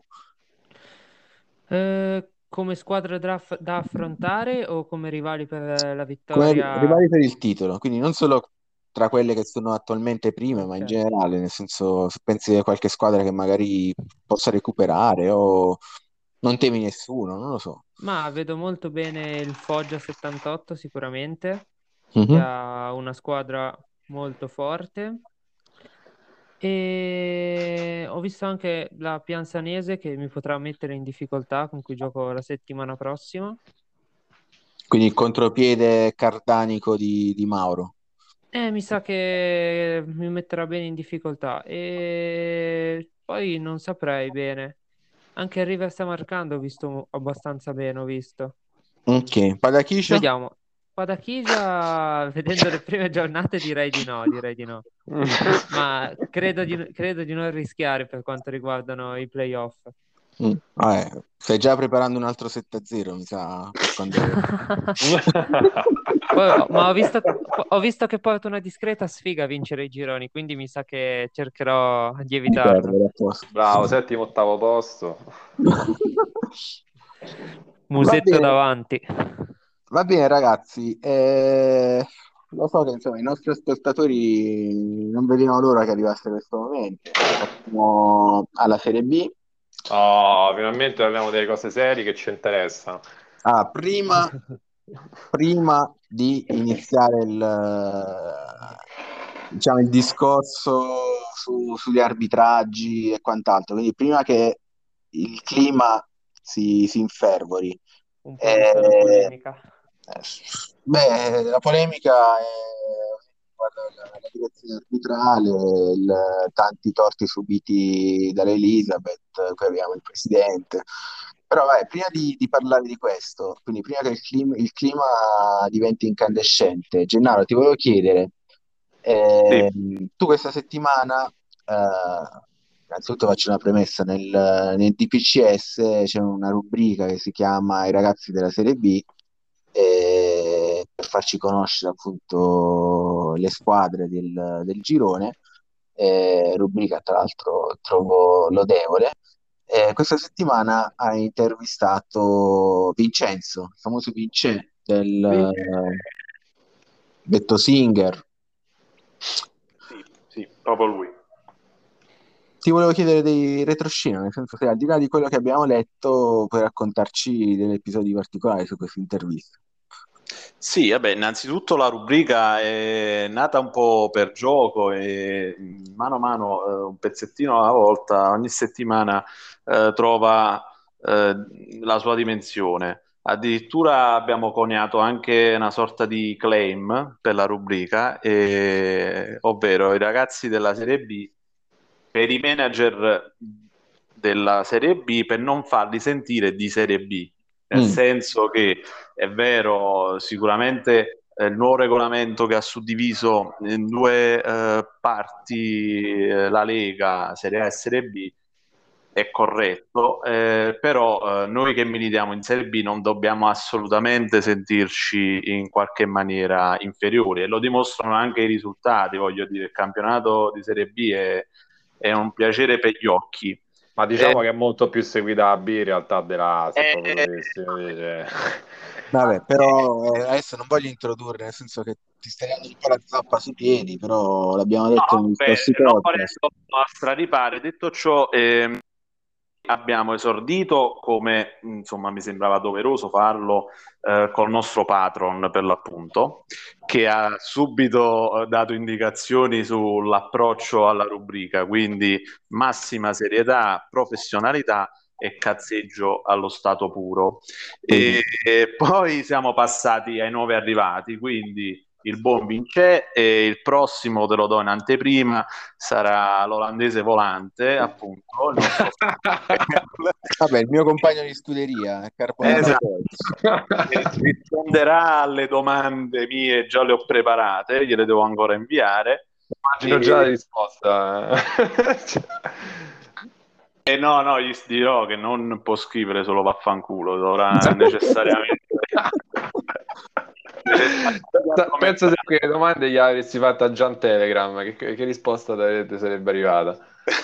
Eh, come squadra da, aff- da affrontare o come rivali per eh, la Come vittoria? rivali per il titolo, quindi non solo tra quelle che sono attualmente prime, ma in Ok. generale, nel senso, se pensi a qualche squadra che magari possa recuperare o non temi nessuno, non lo so. Ma vedo molto bene il Foggia settantotto sicuramente, che Mhm. ha una squadra molto forte. E ho visto anche la Pianzanese che mi potrà mettere in difficoltà, con cui gioco la settimana prossima. Quindi il contropiede cardanico di, di Mauro. Eh, mi sa che mi metterà bene in difficoltà. E poi non saprei bene. Anche il River sta marcando, ho visto abbastanza bene, ho visto. Ok, Padachiscia? Vediamo. Padachisa, vedendo le prime giornate, direi di no, direi di no. Ma credo di, credo di non rischiare per quanto riguardano i playoff. Mm, vabbè, stai già preparando un altro sette a zero, mi sa, per quando... Poi, ho- ma ho visto, ho visto che porta una discreta sfiga a vincere i gironi, quindi mi sa che cercherò di di evitarlo. perdere apposta. Bravo, settimo, ottavo posto. Va Musetto bene, davanti. va bene ragazzi, eh, lo so che insomma, i nostri ascoltatori non vedevano l'ora che arrivasse questo momento. Passiamo alla Serie B. Oh, finalmente parliamo delle cose serie che ci interessano. Ah, prima, prima di iniziare il, eh, diciamo, il discorso su- sugli arbitraggi e quant'altro, quindi prima che il clima si, si infervori, Un po' di sana eh, polemica. eh, beh, la polemica è, riguarda la, la direzione arbitrale, il- tanti torti subiti dall'Elizabeth, poi abbiamo il presidente. Però vai, prima di, di parlare di questo, quindi prima che il clima, il clima diventi incandescente, Gennaro, ti volevo chiedere, Sì, ehm, tu questa settimana, eh, innanzitutto faccio una premessa, nel, nel D P C S c'è una rubrica che si chiama I ragazzi della Serie B, eh, per farci conoscere appunto le squadre del, del girone, eh, rubrica tra l'altro trovo lodevole. Eh, questa settimana ha intervistato Vincenzo, il famoso Vince del Vince. eh, detto Singer. Sì, sì, proprio lui. Ti volevo chiedere dei retroscena, nel senso che al di là di quello che abbiamo letto, puoi raccontarci degli episodi particolari su questa intervista. Sì, vabbè, innanzitutto la rubrica è nata un po' per gioco e mano a mano, eh, un pezzettino alla volta, ogni settimana eh, trova eh, la sua dimensione. Addirittura abbiamo coniato anche una sorta di claim per la rubrica, e- ovvero i ragazzi della Serie B per i manager della Serie B per non farli sentire di Serie B, nel Mm, senso che è vero, sicuramente eh, il nuovo regolamento che ha suddiviso in due eh, parti eh, la Lega, Serie A e Serie B, è corretto, eh, però eh, noi che militiamo in Serie B non dobbiamo assolutamente sentirci in qualche maniera inferiori e lo dimostrano anche i risultati, voglio dire, il campionato di Serie B è, è un piacere per gli occhi. Ma Eh, diciamo che è molto più seguita a B in realtà della A, se eh, proprio eh, dovessi dire. vabbè, però eh, adesso non voglio introdurre, nel senso che ti stai dando un po' la zappa sui piedi, però l'abbiamo no, detto negli beh, scorsi non podcast. volendo straripare, detto ciò, ehm, abbiamo esordito come insomma mi sembrava doveroso farlo eh, col nostro patron per l'appunto, che ha subito eh, dato indicazioni sull'approccio alla rubrica, quindi massima serietà, professionalità e cazzeggio allo stato puro. Mm. E, e poi siamo passati ai nuovi arrivati, quindi il buon Vince e il prossimo te lo do in anteprima sarà l'olandese volante, appunto, il nostro Vabbè, il mio compagno di scuderia, Carbonaro esatto. Boys. E risponderà alle domande mie, già le ho preparate, gliele devo ancora inviare. Immagino già la E, risposta. e no, no, gli dirò che non può scrivere solo vaffanculo, dovrà necessariamente, necessariamente Penso se argomentare. quelle domande gli avresti fatte a Gian Telegram, che, che risposta te- sarebbe arrivata?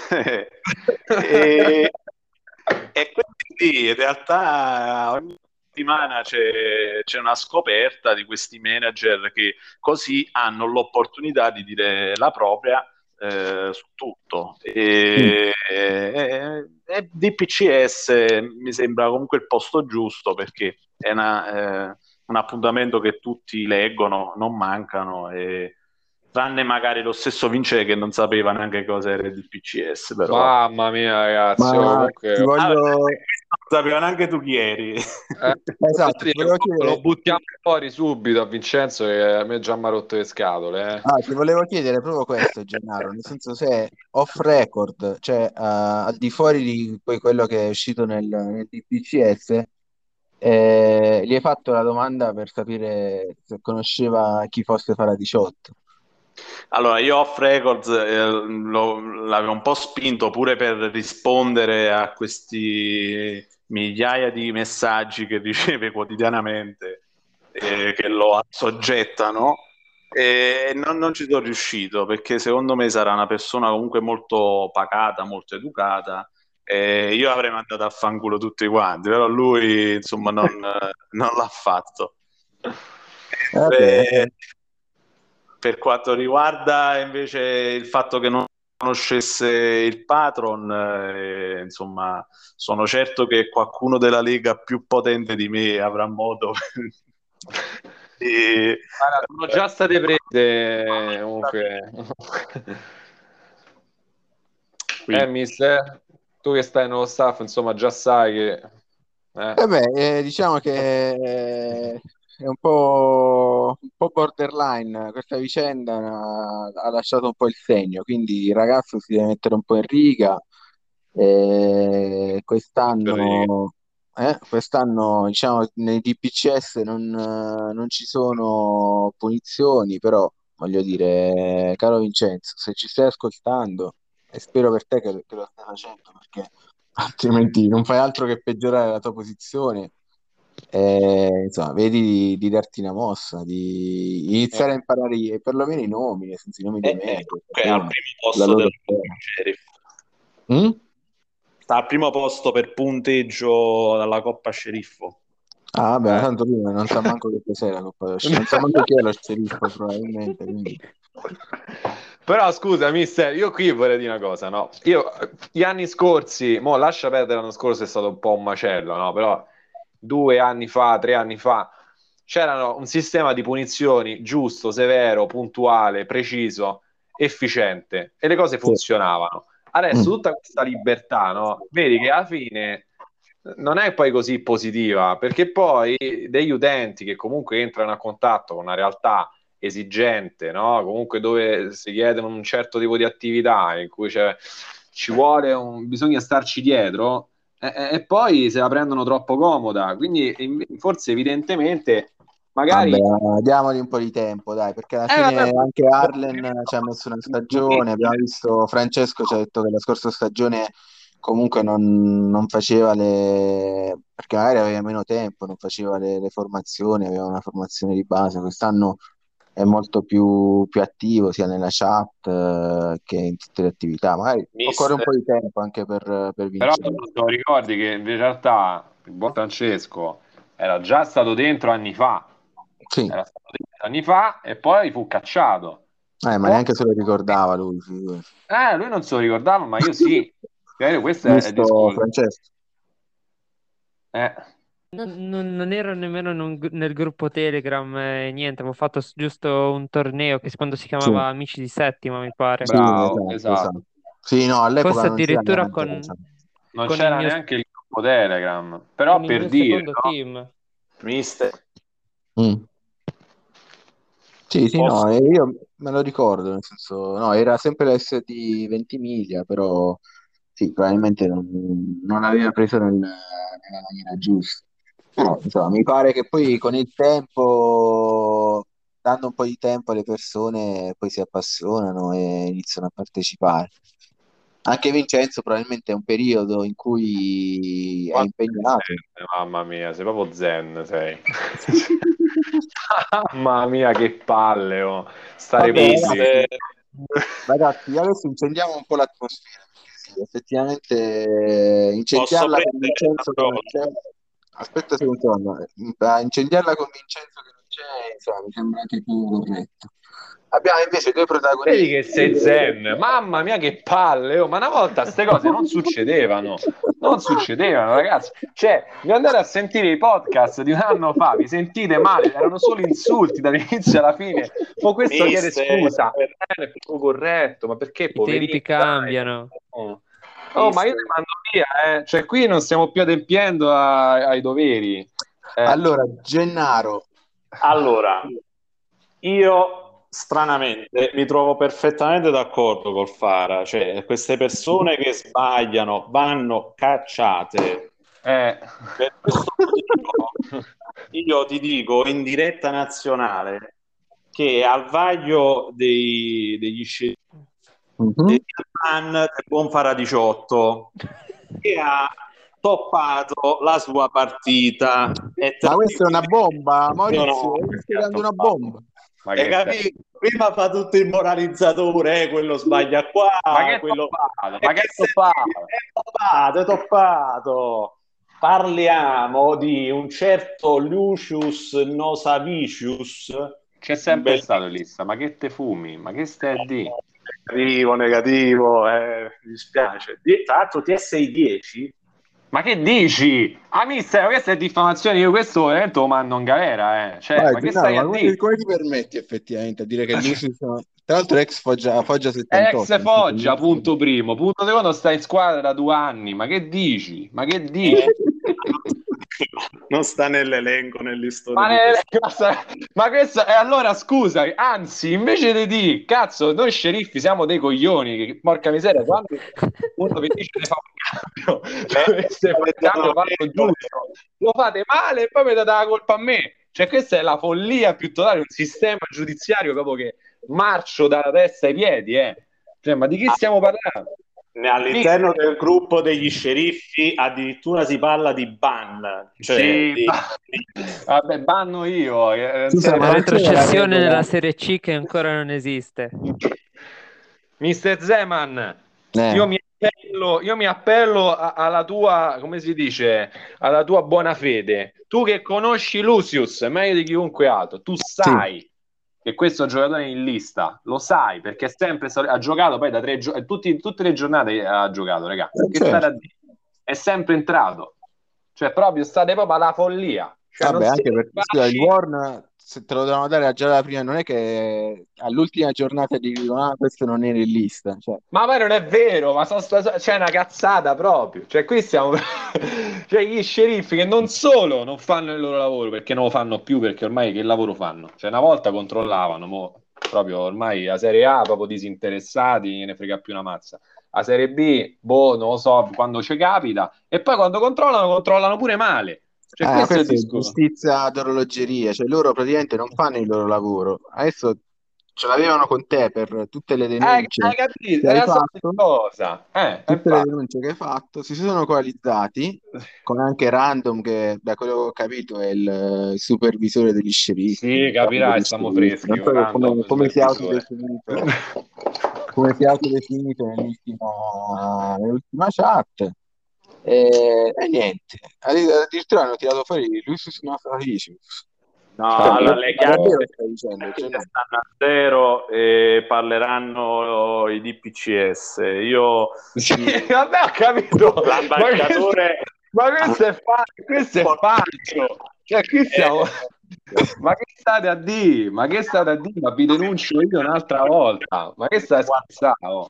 e, e quindi sì, in realtà ogni settimana c'è, c'è una scoperta di questi manager che così hanno l'opportunità di dire la propria eh, su tutto. Mm. E, e- e D P C S mi sembra comunque il posto giusto perché è una, eh, un appuntamento che tutti leggono, non mancano e tranne magari lo stesso Vince che non sapeva neanche cosa era il D P C S, però vabbè. Mamma mia, ragazzi, oh, Ma ti comunque, Ah, voglio... non sapeva neanche tu chi eri. eh, Esatto, posso ti dire, volevo lo chiedere... buttiamo fuori subito a Vincenzo che a me già mi ha rotto le scatole. Eh. Ah, ti volevo chiedere proprio questo, Gennaro, nel senso se off record, cioè eh, al di fuori di poi quello che è uscito nel, nel D P C S, eh, gli hai fatto la domanda per sapere se conosceva chi fosse Fara diciotto. Allora, io off records eh, lo- l'avevo un po' spinto pure per rispondere a questi migliaia di messaggi che riceve quotidianamente, eh, che lo assoggettano, e non, non ci sono riuscito perché secondo me sarà una persona comunque molto pacata, molto educata. E io avrei mandato a fanculo tutti quanti, però lui insomma non, non l'ha fatto. Vabbè, Mentre per quanto riguarda invece il fatto che non conoscesse il patron, eh, insomma, sono certo che qualcuno della Lega più potente di me avrà modo di... Guarda, sono già state prese comunque. Eh, Quindi, mister, tu che stai nello staff, insomma, già sai che... eh. eh beh, eh, diciamo che è un po', un po' borderline questa vicenda, ha, ha lasciato un po' il segno, quindi il ragazzo si deve mettere un po' in riga. E Per riga. quest'anno, eh, quest'anno diciamo nei D P C S non, eh, non ci sono punizioni, però voglio dire, caro Vincenzo, se ci stai ascoltando, e spero per te che, che lo stai facendo, perché altrimenti non fai altro che peggiorare la tua posizione. E, insomma, vedi di, di darti una mossa, di Eh, iniziare a imparare i- perlomeno i nomi, senza i nomi dei è, è manager, è al uno, primo la posto loro del sfera. Sheriff. Mm? Sta al primo posto per punteggio dalla Coppa Sceriffo. Ah, vabbè, ma eh. tanto lui non sa manco che cos'è la Coppa dello Sceriffo, non sa manco chi è lo sceriffo, probabilmente, quindi... Però scusa, mister, io qui vorrei dire una cosa, no? Io gli anni scorsi, mo lascia perdere l'anno scorso, è stato un po' un macello, no? Però due anni fa, tre anni fa, c'era un sistema di punizioni giusto, severo, puntuale, preciso, efficiente e le cose Sì. funzionavano. Adesso Mm. tutta questa libertà, no? Vedi che alla fine non è poi così positiva, perché poi degli utenti che comunque entrano a contatto con una realtà esigente, no? Comunque dove si chiedono un certo tipo di attività in cui c'è, ci vuole un, bisogna starci dietro e, e poi se la prendono troppo comoda, quindi in- forse evidentemente Vabbè, magari diamogli un po' di tempo, dai, perché alla eh, vabbè, fine anche Arlen ci ha messo una stagione, abbiamo visto Francesco ci ha detto che la scorsa stagione comunque non, non faceva le... perché magari aveva meno tempo, non faceva le, le formazioni, aveva una formazione di base, quest'anno è molto più, più attivo sia nella chat eh, che in tutte le attività, magari occorre un Mister, po' di tempo anche per, per però vincere. tu te lo ricordi che in realtà il buon Francesco era già stato dentro anni fa, Sì, era stato dentro anni fa e poi fu cacciato. eh, ma Poi, neanche se lo ricordava lui, figurati. eh, lui non se lo ricordava, ma io sì. Cioè, questo è, è il Giusto, discorso. Francesco? Eh, Non, non- non ero nemmeno in un gru- nel gruppo Telegram, eh, niente, avevo fatto s- giusto un torneo che quando si Sì. chiamava Amici di Settima, mi pare. Sì, bravo, esatto, esatto. esatto. Sì, no, all'epoca Forse non c'era addirittura neanche la con, chat. Non con il c'era mio, neanche il gruppo Telegram, però con il per mio dire, secondo no? team. mister, Mm. Sì, sì, posso... no, e io me lo ricordo, nel senso, no, era sempre la S D Ventimiglia, però sì, probabilmente non, non aveva preso nel- nella maniera giusta. Però, insomma, mi pare che poi con il tempo, dando un po' di tempo alle persone, poi si appassionano e iniziano a partecipare. Anche Vincenzo probabilmente è un periodo in cui è Quanto sei impegnato. zen, mamma mia, sei proprio zen, sei. Mamma mia, che palle, oh. Sta Vabbè, Repubblica. Mister, ragazzi, ragazzi, adesso incendiamo un po' l'atmosfera, perché sì, effettivamente eh, posso incendiarla con prendere la Vincenzo che non parola? c'è, aspetta un secondo, eh, incendiarla con Vincenzo che non c'è, insomma, mi sembra anche più corretto. Abbiamo invece due Vedi che protagonisti. sei zen, mamma mia che palle, oh. Ma una volta queste cose non succedevano, non succedevano ragazzi, cioè vi andate a sentire i podcast di un anno fa, vi sentite male, erano solo insulti dall'inizio alla fine, ma questo chiede Mister, scusa, eh, è più corretto, ma perché I tempi poverino, dai. cambiano. Oh, oh, ma io mister. ti mando via, eh. Cioè qui non stiamo più adempiendo a- ai doveri. Eh, Allora, Gennaro, Allora, io stranamente mi trovo perfettamente d'accordo col Fara, cioè queste persone che sbagliano vanno cacciate. eh. Per questo motivo io ti dico in diretta nazionale, che al vaglio dei, degli sceicchi Mhm. del buon Fara diciotto, che ha toppato la sua partita. E Ma questa è una bomba, No, Maurizio, no, mi stai dando una bomba. Ma Hai che, capito? Prima fa tutto il moralizzatore, eh, quello sbaglia qua, ma che quello... toppato? E Ma che che se- toppato? È toppato, è toppato. Parliamo di un certo Lucius Nosavicius. C'è sempre Bellissimo. stato lista, ma che te fumi? Ma che stai a di? Negativo, negativo, eh, mi dispiace. Di- Tra l'altro T S I dieci, Ma che dici? Ah, mister, questa è diffamazione, io questo veramente lo mando in galera, eh. Cioè, Vai, ma che Gennaro, stai a ma come, dire? come ti permetti effettivamente a dire che Lucius, tra l'altro ex Foggia, Foggia settantotto, Ex non so se Foggia, lo sai. punto primo. Punto secondo, sta in squadra da due anni. Ma che dici? Ma che dici? eh, non sta nell'elenco, nel listone Ma, di ne- questo. ma questo e allora scusa, anzi, invece di dire, cazzo, noi sceriffi siamo dei coglioni, che, porca miseria, quando uno vi dice di fare un cambio, doveste fare il cambio fatto giusto, lo fate male e poi mi date la colpa a me. Cioè, questa è la follia più totale, un sistema giudiziario proprio che marcio dalla testa ai piedi, eh. Cioè, ma di chi stiamo parlando? All'interno del gruppo degli sceriffi addirittura si parla di ban, cioè Sì, di... vabbè, banno io. eh, non Scusa, se ne ma La non frega c'era la retrocessione regola? nella Serie C che ancora non esiste. mister Zeman, Eh, io mi appello, io mi appello a- alla tua, come si dice, alla tua buona fede. Tu che conosci Lucius meglio di chiunque altro, tu sì. sai che questo giocatore è in lista, lo sai perché è sempre stato- ha giocato poi da tre giornate, tutte le giornate ha giocato, raga. Eh, Che state a certo. dire? È sempre entrato, cioè proprio state proprio alla follia, cioè non Vabbè, anche siete perché scusa, il capaci. Warn se te lo devono dare già la prima, non è che all'ultima giornata ti dicono ah, questo non era in lista. Cioè, Ma poi non è vero, ma sono sta- c'è una cazzata proprio. Cioè, qui siamo. Cioè, gli sceriffi che non solo non fanno il loro lavoro perché non lo fanno più, perché ormai che lavoro fanno? Cioè, una volta controllavano, mo, proprio ormai la Serie A, proprio disinteressati, non ne frega più una mazza. La Serie B, boh, non lo so, quando ci capita. E poi quando controllano, controllano pure male. Cioè, ah, questo è il questa è discorso. giustizia d'orologeria, cioè loro praticamente non fanno il loro lavoro. Adesso ce l'avevano con te per tutte le Eh, denunce hai capito? che È hai la solita fatto, cosa. Eh, tutte le infatti. denunce che hai fatto, si sono coalizzati con anche Random, che da quello che ho capito è il eh, supervisore degli sceriffi, Sì, il capo capirai, degli stiamo sceriffi. freschi, Non so come, random come si è supervisore. autodefinito, come si è autodefinito nell'ultima, nell'ultima chat. E, e niente, addirittura hanno tirato fuori Lucius Nosavicius. No, Cioè, allora le ma davvero chiacchiere stai dicendo? Cioè, no. stanno a zero e parleranno i D P C S. Io Sì, vabbè, ho capito. Ma questo, l'ambasciatore ma questo è, fa- questo è falso. Cioè, qui stiamo. Ma che state a dire? Ma che state a dire? Ma vi denuncio io un'altra volta. Ma che stai scherzando?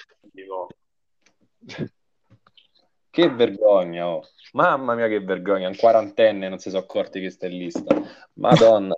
Che vergogna, oh. Mamma mia, che vergogna. Un quarantenne non si sono accorti che sta in lista. Madonna.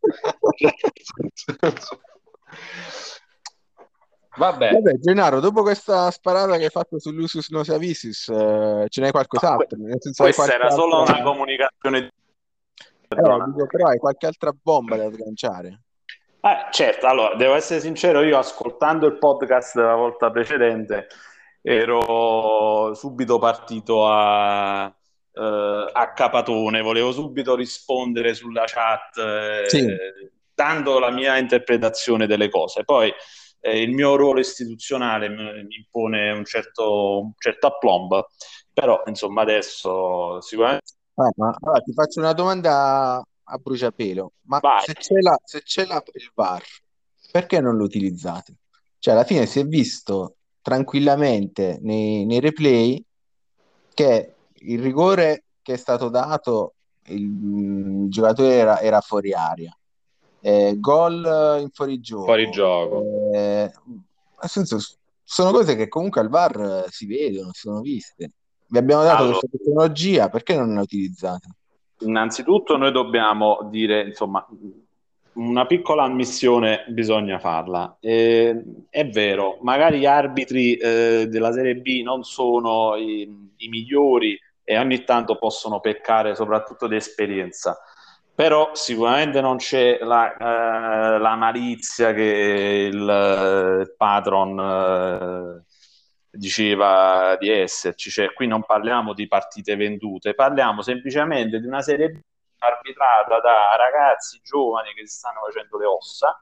Vabbè. Vabbè, Gennaro, dopo questa sparata che hai fatto su Lucius Nosavicius, eh, ce n'hai qualcos'altro? Nel senso, hai Questa qualche era solo altra... una comunicazione. Eh, dico, però hai qualche altra bomba da sganciare? Eh, certo, allora, devo essere sincero, io ascoltando il podcast della volta precedente ero subito partito a, eh, a capatone, volevo subito rispondere sulla chat Sì. eh, dando la mia interpretazione delle cose. Poi eh, il mio ruolo istituzionale mi, mi impone un certo, un certo aplomb, però insomma adesso sicuramente... Ah, ma allora, ti faccio una domanda a bruciapelo, ma Vai. se c'è la, se c'è la, il V A R, perché non lo utilizzate? Cioè, alla fine si è visto tranquillamente nei, nei replay che il rigore che è stato dato, il, il giocatore era, era fuori area, eh, gol in fuorigioco, Fuori gioco. eh, nel senso, sono cose che comunque al V A R si vedono, si sono viste. Vi abbiamo dato Allora, questa tecnologia, perché non la utilizzate? innanzitutto noi dobbiamo dire, insomma, una piccola ammissione bisogna farla. Eh, è vero, magari gli arbitri eh, della Serie B non sono i, i migliori e ogni tanto possono peccare soprattutto di esperienza, Però sicuramente non c'è la, eh, la malizia che il, il patron eh, diceva di esserci. Cioè, qui non parliamo di partite vendute, parliamo semplicemente di una serie B arbitrata da ragazzi giovani che si stanno facendo le ossa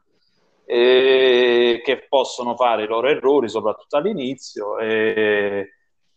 e che possono fare i loro errori, soprattutto all'inizio, e,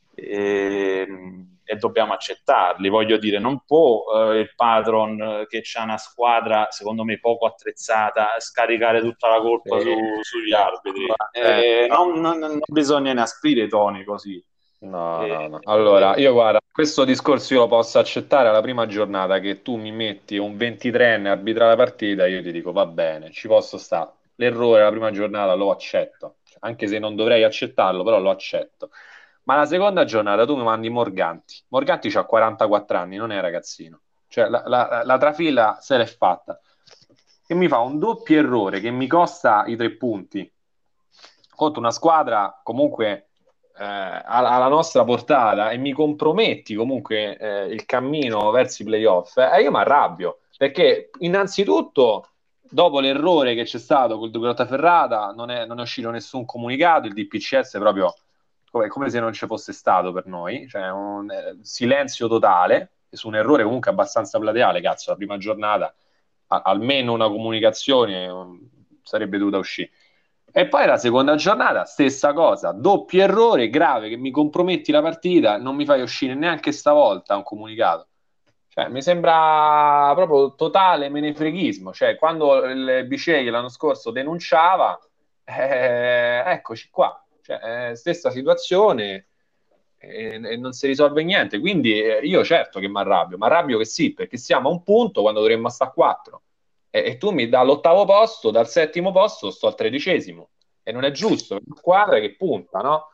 e, e dobbiamo accettarli. Voglio dire, non può eh, il patron eh, che c'ha una squadra, secondo me, poco attrezzata, scaricare tutta la colpa Sì. su, sugli arbitri. Eh, Eh, non, non- non bisogna inasprire i toni così. No, Eh, no, no. Allora, io guarda, questo discorso io lo posso accettare alla prima giornata che tu mi metti un ventitreenne a arbitrare la partita, io ti dico va bene, ci posso stare. L'errore la prima giornata lo accetto, anche se non dovrei accettarlo, però lo accetto. Ma la seconda giornata tu mi mandi Morganti. Morganti ha quarantaquattro anni, non è ragazzino. Cioè, la, la, la trafila se l'è fatta. E mi fa un doppio errore che mi costa i tre punti contro una squadra comunque eh, alla, alla nostra portata e mi comprometti comunque eh, il cammino verso i playoff, e eh, io mi arrabbio perché innanzitutto dopo l'errore che c'è stato col Grottaferrata non è, non è uscito nessun comunicato, il D P C S proprio come, come se non ci fosse stato per noi, cioè un eh, silenzio totale su un errore comunque abbastanza plateale, cazzo, la prima giornata a, almeno una comunicazione um, sarebbe dovuta uscire. E poi la seconda giornata, stessa cosa, doppio errore grave che mi comprometti la partita, non mi fai uscire neanche stavolta un comunicato. Cioè, mi sembra proprio totale menefreghismo. Cioè, quando il Biceglie l'anno scorso denunciava, eh, eccoci qua. Cioè, eh, stessa situazione e, e non si risolve niente. Quindi eh, io certo che mi arrabbio, mi arrabbio che sì, perché siamo a un punto quando dovremmo stare a quattro. E, e tu mi dall'ottavo posto, dal settimo posto, sto al tredicesimo. E non è giusto, è una squadra che punta, no?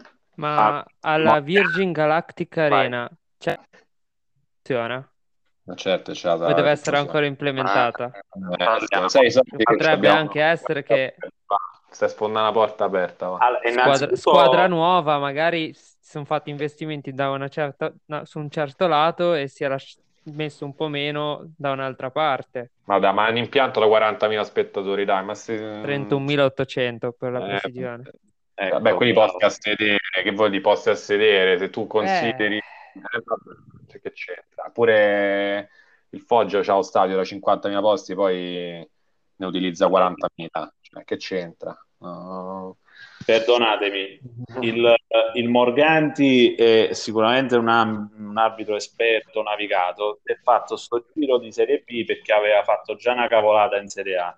Ma ah, alla ma- Virgin Galactic vai. Arena c'è funziona? Ma certo, c'è O la deve essere diffusione. ancora implementata? Eh, Parliamo. sai i soldi che ci Potrebbe abbiamo. anche essere che Stai sfondando una porta aperta, va. Allora, squadra, innanzitutto, squadra nuova, magari si sono fatti investimenti da una certa, no, su un certo lato e si era lasci- messo un po' meno da un'altra parte. Vabbè, ma è un impianto da quarantamila spettatori, dai, ma se... trentunomilaottocento per la eh, precisione. ecco, vabbè, quindi bravo. posti a sedere, che vuoi di posti a sedere, se tu Eh, consideri... Eh, vabbè, cioè, che c'entra? Pure il Foggia c'ha lo stadio da cinquantamila posti, poi ne utilizza quarantamila. Cioè, che c'entra? No. Perdonatemi, il, il Morganti è sicuramente un, am- un arbitro esperto, navigato, si è fatto sto giro di Serie B perché aveva fatto già una cavolata in Serie A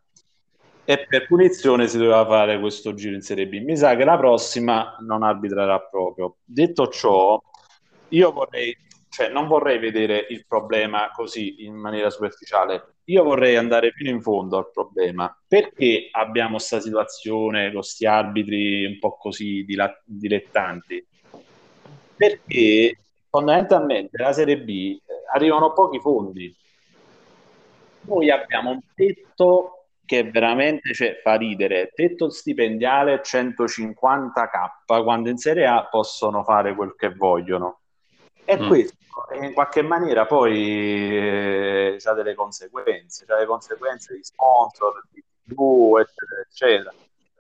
e per punizione si doveva fare questo giro in Serie B. Mi sa che la prossima non arbitrerà proprio. Detto ciò, io vorrei, cioè non vorrei vedere il problema così in maniera superficiale. Io vorrei andare fino in fondo al problema. Perché abbiamo questa situazione con questi arbitri un po' così dila- dilettanti? Perché fondamentalmente la Serie B eh, arrivano pochi fondi. Noi abbiamo un tetto che veramente cioè, fa ridere, tetto stipendiale centocinquanta k, quando in Serie A possono fare quel che vogliono. E Mm. questo in qualche maniera poi ha delle conseguenze, c'ha le conseguenze di sponsor, di tivù, eccetera, eccetera.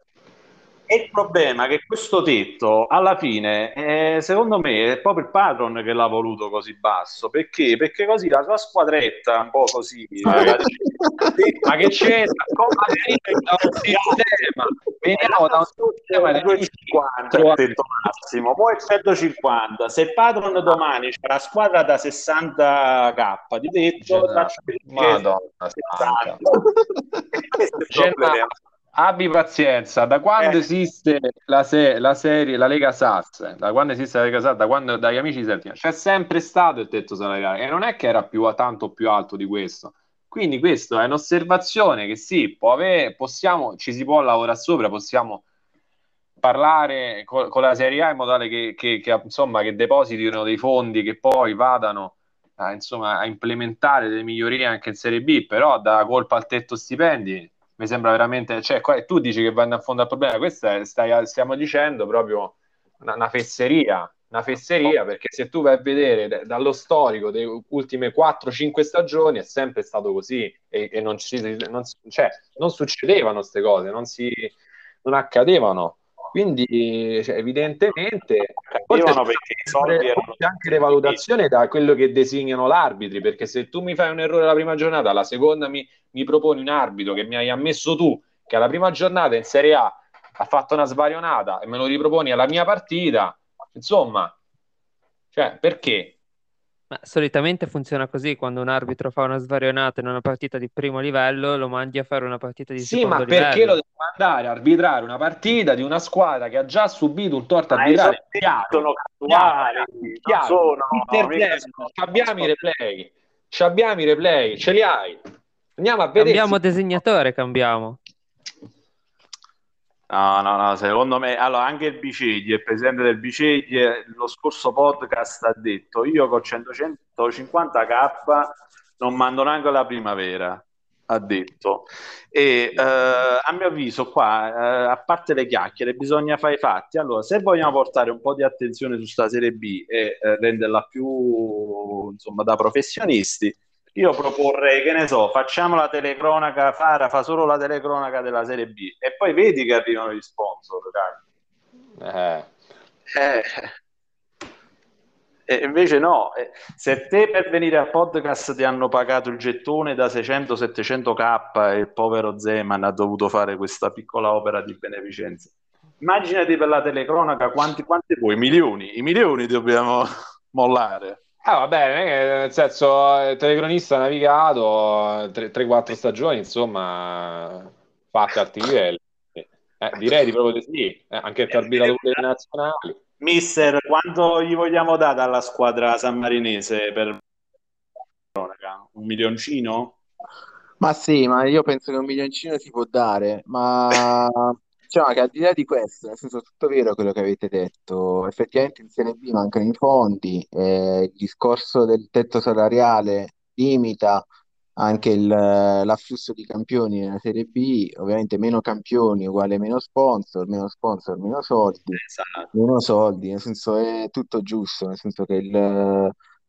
E il problema è che questo tetto alla fine, eh, secondo me, è proprio il patron che l'ha voluto così basso. Perché? Perché così la sua squadretta, un po' così, Ma la- che, ma che c'entra? Ma veniamo da un sistema, veniamo da un sistema di duecentocinquanta il tetto massimo, poi centocinquanta. Se il patron domani c'è una squadra da sessanta k di tetto, faccio Madonna sessanta. santa. E questo è il Genna, problema. abbi pazienza, da quando Eh. esiste la, se- la serie, la Lega Sass, da quando esiste la Lega Sass, da quando dagli amici di Sertina, c'è sempre stato il tetto salariale e non è che era più tanto più alto di questo. Quindi questa è un'osservazione che sì, può avere, possiamo, ci si può lavorare sopra, possiamo parlare co- con la Serie A in modo tale che, che- che, insomma, che depositino dei fondi che poi vadano a, insomma, a implementare delle migliorie anche in Serie B, però da colpa al tetto stipendi mi sembra veramente, cioè qua, tu dici che vanno a fondo al problema, questa è, stai, stiamo dicendo proprio una, una fesseria, una fesseria, perché se tu vai a vedere d- dallo storico delle ultime quattro cinque stagioni è sempre stato così e, e non, ci, non, si- cioè, non succedevano queste cose, non, si, non accadevano. Quindi cioè, evidentemente forse Accadevano c'è perché i soldi anche, erano forse anche le valutazioni da quello che designano l'arbitri, perché se tu mi fai un errore la prima giornata, alla seconda mi, mi proponi un arbitro che mi hai ammesso tu, che alla prima giornata in Serie A ha fatto una svarionata e me lo riproponi alla mia partita, insomma, cioè, perché? Ma solitamente funziona così, quando un arbitro fa una svarionata in una partita di primo livello, lo mandi a fare una partita di Sì, secondo ma perché lo livello. devo mandare a arbitrare una partita di una squadra che ha già subito un torto Ma i soldi arbitrale? Chiaro, sono chiaro, casuali, ragazzi, non chiaro. sono Inter mica zero, sono, ci abbiamo i sono- replay, ci abbiamo i replay, ce li hai. Andiamo a vedersi. Cambiamo designatore, cambiamo. No, no, no, secondo me, allora anche il Biceglie, il presidente del Biceglie, lo scorso podcast ha detto io con centocinquanta k non mando neanche la primavera, ha detto. E eh, a mio avviso qua, eh, a parte le chiacchiere, bisogna fare i fatti. Allora, se vogliamo portare un po' di attenzione su sta Serie B e eh, renderla più, insomma, da professionisti, io proporrei, che ne so, facciamo la telecronaca, Fara fa solo la telecronaca della Serie B e poi vedi che arrivano gli sponsor, dai. Eh, Eh, e invece no, eh, se te per venire al podcast ti hanno pagato il gettone da seicento settecento k e il povero Zeman ha dovuto fare questa piccola opera di beneficenza, immaginati per la telecronaca quanti, quanti vuoi? Milioni, i milioni dobbiamo mollare. Ah, vabbè, non è che, nel senso, eh, telecronista navigato, tre quattro stagioni, insomma, fatte a alti livelli. Eh, direi di proprio di sì, eh, anche perché ha arbitrato pure le nazionali. Mister, quanto gli vogliamo dare alla squadra sammarinese per cronaca? Un milioncino? Ma sì, ma io penso che un milioncino si può dare, ma diciamo che al di là di questo, nel senso tutto vero quello che avete detto, effettivamente in Serie B mancano i fondi, eh, il discorso del tetto salariale limita anche il- l'afflusso di campioni nella Serie B, ovviamente meno campioni uguale meno sponsor, meno sponsor, meno soldi, Esatto. meno soldi, nel senso è tutto giusto, nel senso che il,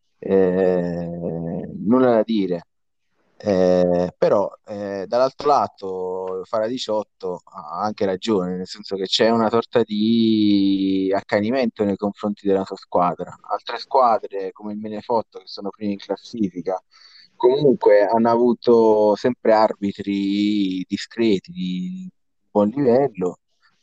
eh, nulla da dire. Eh, però eh, dall'altro lato Fara diciotto ha anche ragione, nel senso che c'è una sorta di accanimento nei confronti della sua squadra. Altre squadre come il Menefotto, che sono primi in classifica, comunque hanno avuto sempre arbitri discreti di buon livello.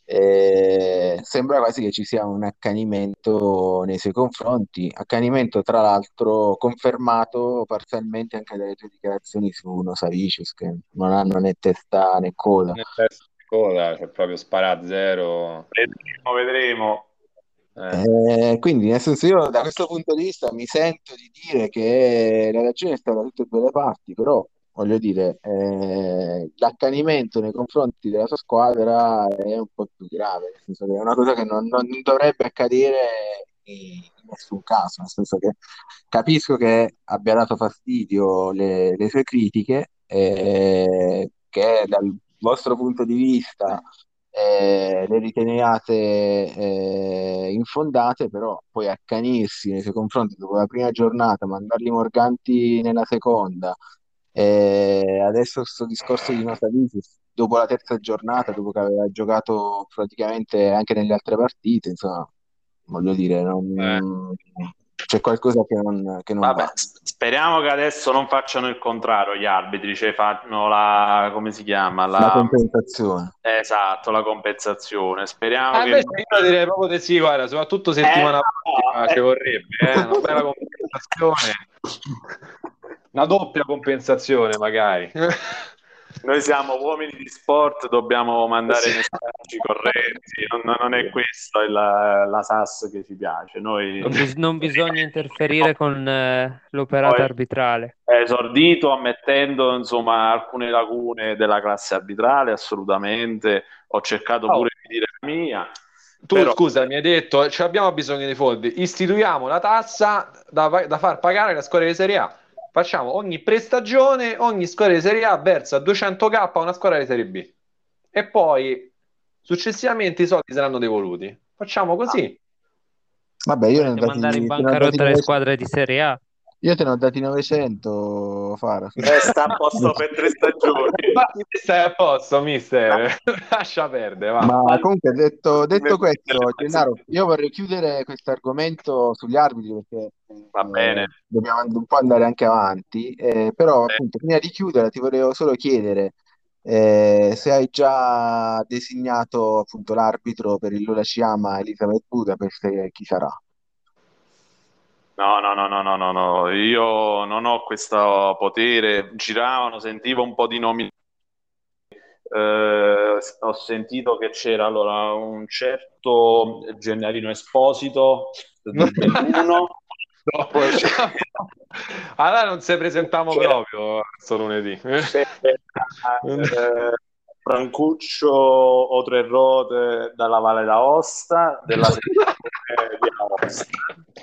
Eh, sembra quasi che ci sia un accanimento nei suoi confronti, accanimento tra l'altro confermato parzialmente anche dalle tue dichiarazioni su Nosavicius, che non hanno né testa né coda. Nel terzo di coda, cioè proprio spara a zero. Vedremo, vedremo. Eh. Eh, quindi, nel senso, io da questo punto di vista mi sento di dire che la ragione sta da tutte e due le parti, però voglio dire, eh, l'accanimento nei confronti della sua squadra è un po' più grave, nel senso che è una cosa che non, non dovrebbe accadere in, in nessun caso, nel senso che capisco che abbia dato fastidio le, le sue critiche, eh, che dal vostro punto di vista eh, le riteniate eh, infondate, però poi accanirsi nei suoi confronti dopo la prima giornata, mandarli morganti nella seconda, e adesso questo discorso di Nota Visis, dopo la terza giornata, dopo che aveva giocato praticamente anche nelle altre partite, insomma, voglio dire, Eh. non- c'è qualcosa che non, che non Vabbè, va. s- speriamo che adesso non facciano il contrario gli arbitri, cioè fanno la, come si chiama? La La, compensazione. esatto, la compensazione. Speriamo Ah, che invece non... io direi proprio di sì, guarda, soprattutto Eh, settimana no, prossima ci eh. vorrebbe, eh, una bella compensazione, una doppia compensazione magari. Noi siamo uomini di sport, dobbiamo mandare Sì. messaggi corretti, non, non è questa la, la S A S che ci piace. Noi Non, bis- non bisogna interferire con eh, ho l'operato arbitrale. esordito ammettendo insomma alcune lacune della classe arbitrale, assolutamente. Ho cercato Oh, pure di dire la mia, tu però scusa, mi hai detto, ci abbiamo bisogno di fondi, istituiamo la tassa da, da far pagare alle squadre di Serie A. Facciamo ogni prestagione, ogni squadra di Serie A versa duecento k a una squadra di Serie B. E poi successivamente i soldi saranno devoluti. Facciamo così. Vabbè, io ne ho Volete mandare in dati, te ne ho dati bancarotta le novecento. squadre di Serie A? Io te ne ho dati novecento, Fara. Eh, sta a posto per tre stagioni. Ma stai a posto, mister. Lascia perdere, va. Ma comunque, detto, detto questo, Va Gennaro, io vorrei chiudere questo argomento sugli arbitri perché bene. eh, dobbiamo and- un po' andare anche avanti, eh, però appunto prima di chiudere ti volevo solo chiedere eh, se hai già designato appunto l'arbitro per il Lola Ciama Elisabeth Budapest e chi sarà. No, no, no, no, no, no, no, io non ho questo potere. Giravano, sentivo un po' di nomi. Eh, ho sentito che c'era allora un certo Gennarino Esposito del Belluno. Poi c'era, Allora non si presentiamo c'era, proprio questo lunedì. c'era, eh, Francuccio o Tre Rote dalla Valle d'Aosta, della sezione di Aosta.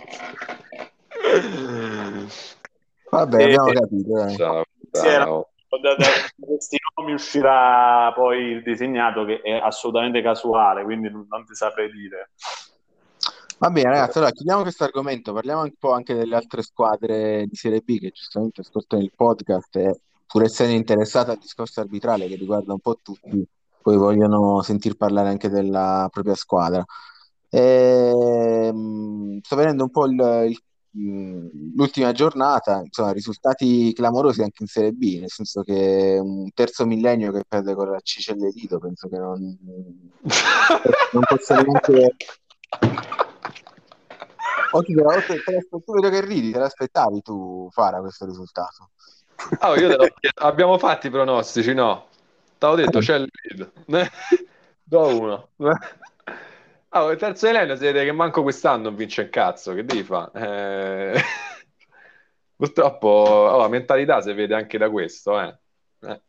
Vabbè, E, abbiamo capito. dai. Ciao, sì, era- ciao. da, da questi nomi uscirà poi il disegnato che è assolutamente casuale, quindi non, non ti saprei dire. Va bene, ragazzi, allora chiudiamo questo argomento, parliamo un po' anche delle altre squadre di Serie B che giustamente ascoltano il podcast e pur essendo interessate al discorso arbitrale che riguarda un po' tutti, poi vogliono sentir parlare anche della propria squadra. Ehm, sto vedendo un po' il- il- mh, l'ultima giornata, insomma, risultati clamorosi anche in Serie B, nel senso che un terzo millennio che perde con la Cicellelito, penso che non, non possa neanche. O ti- o te, te l'aspe- tu vedo che ridi, te l'aspettavi tu, Fara, questo risultato? Ah, io te l'ho chiesto. Abbiamo fatto i pronostici, no? T'avevo detto, c'è il lead. due a uno. Ah, il terzo Elenio si vede che manco quest'anno non vince un cazzo, che devi fare? Eh, Purtroppo, oh, la mentalità si vede anche da questo, eh. Eh.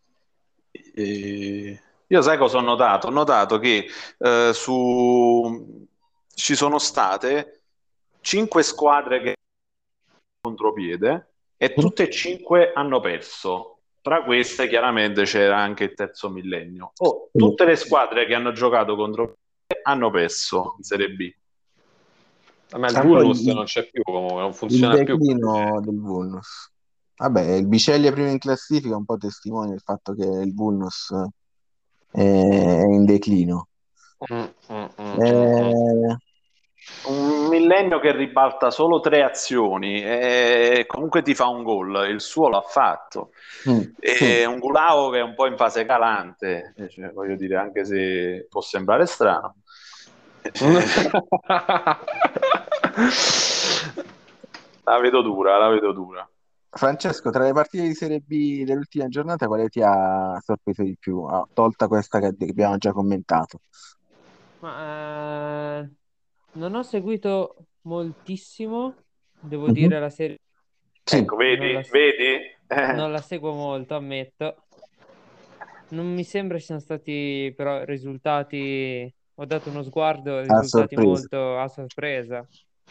Eh, io sai cosa ho notato? Ho notato che eh, su... ci sono state cinque squadre che contropiede e tutte e cinque hanno perso. Tra queste chiaramente c'era anche il terzo millennio. Oh, tutte le squadre che hanno giocato contro hanno perso in Serie B. Ma il Ah, poi Vulnus il, non c'è più, comunque, non il funziona più. declino del Vulnus. Vabbè, il Biceglie primo in classifica un po' testimonia il fatto che il Vulnus è, è in declino. Mm, mm, mm, mm, mm. Eh, Un millennio che ribalta solo tre azioni e comunque ti fa un gol, il suo l'ha fatto. mm, E sì. un Gulao che è un po' in fase calante, eh, cioè, voglio dire, anche se può sembrare strano. La vedo dura, la vedo dura. Francesco, tra le partite di Serie B dell'ultima giornata, quale ti ha sorpreso di più? Ah, tolta questa che che abbiamo già commentato. Ma eh, non ho seguito moltissimo, devo Mhm. dire, la serie. Sì. Ecco, Non la, vedi, vedi? Eh, non la seguo molto, ammetto. Non mi sembra ci siano stati però risultati. Ho dato uno sguardo, A risultati sorpresa. molto a sorpresa.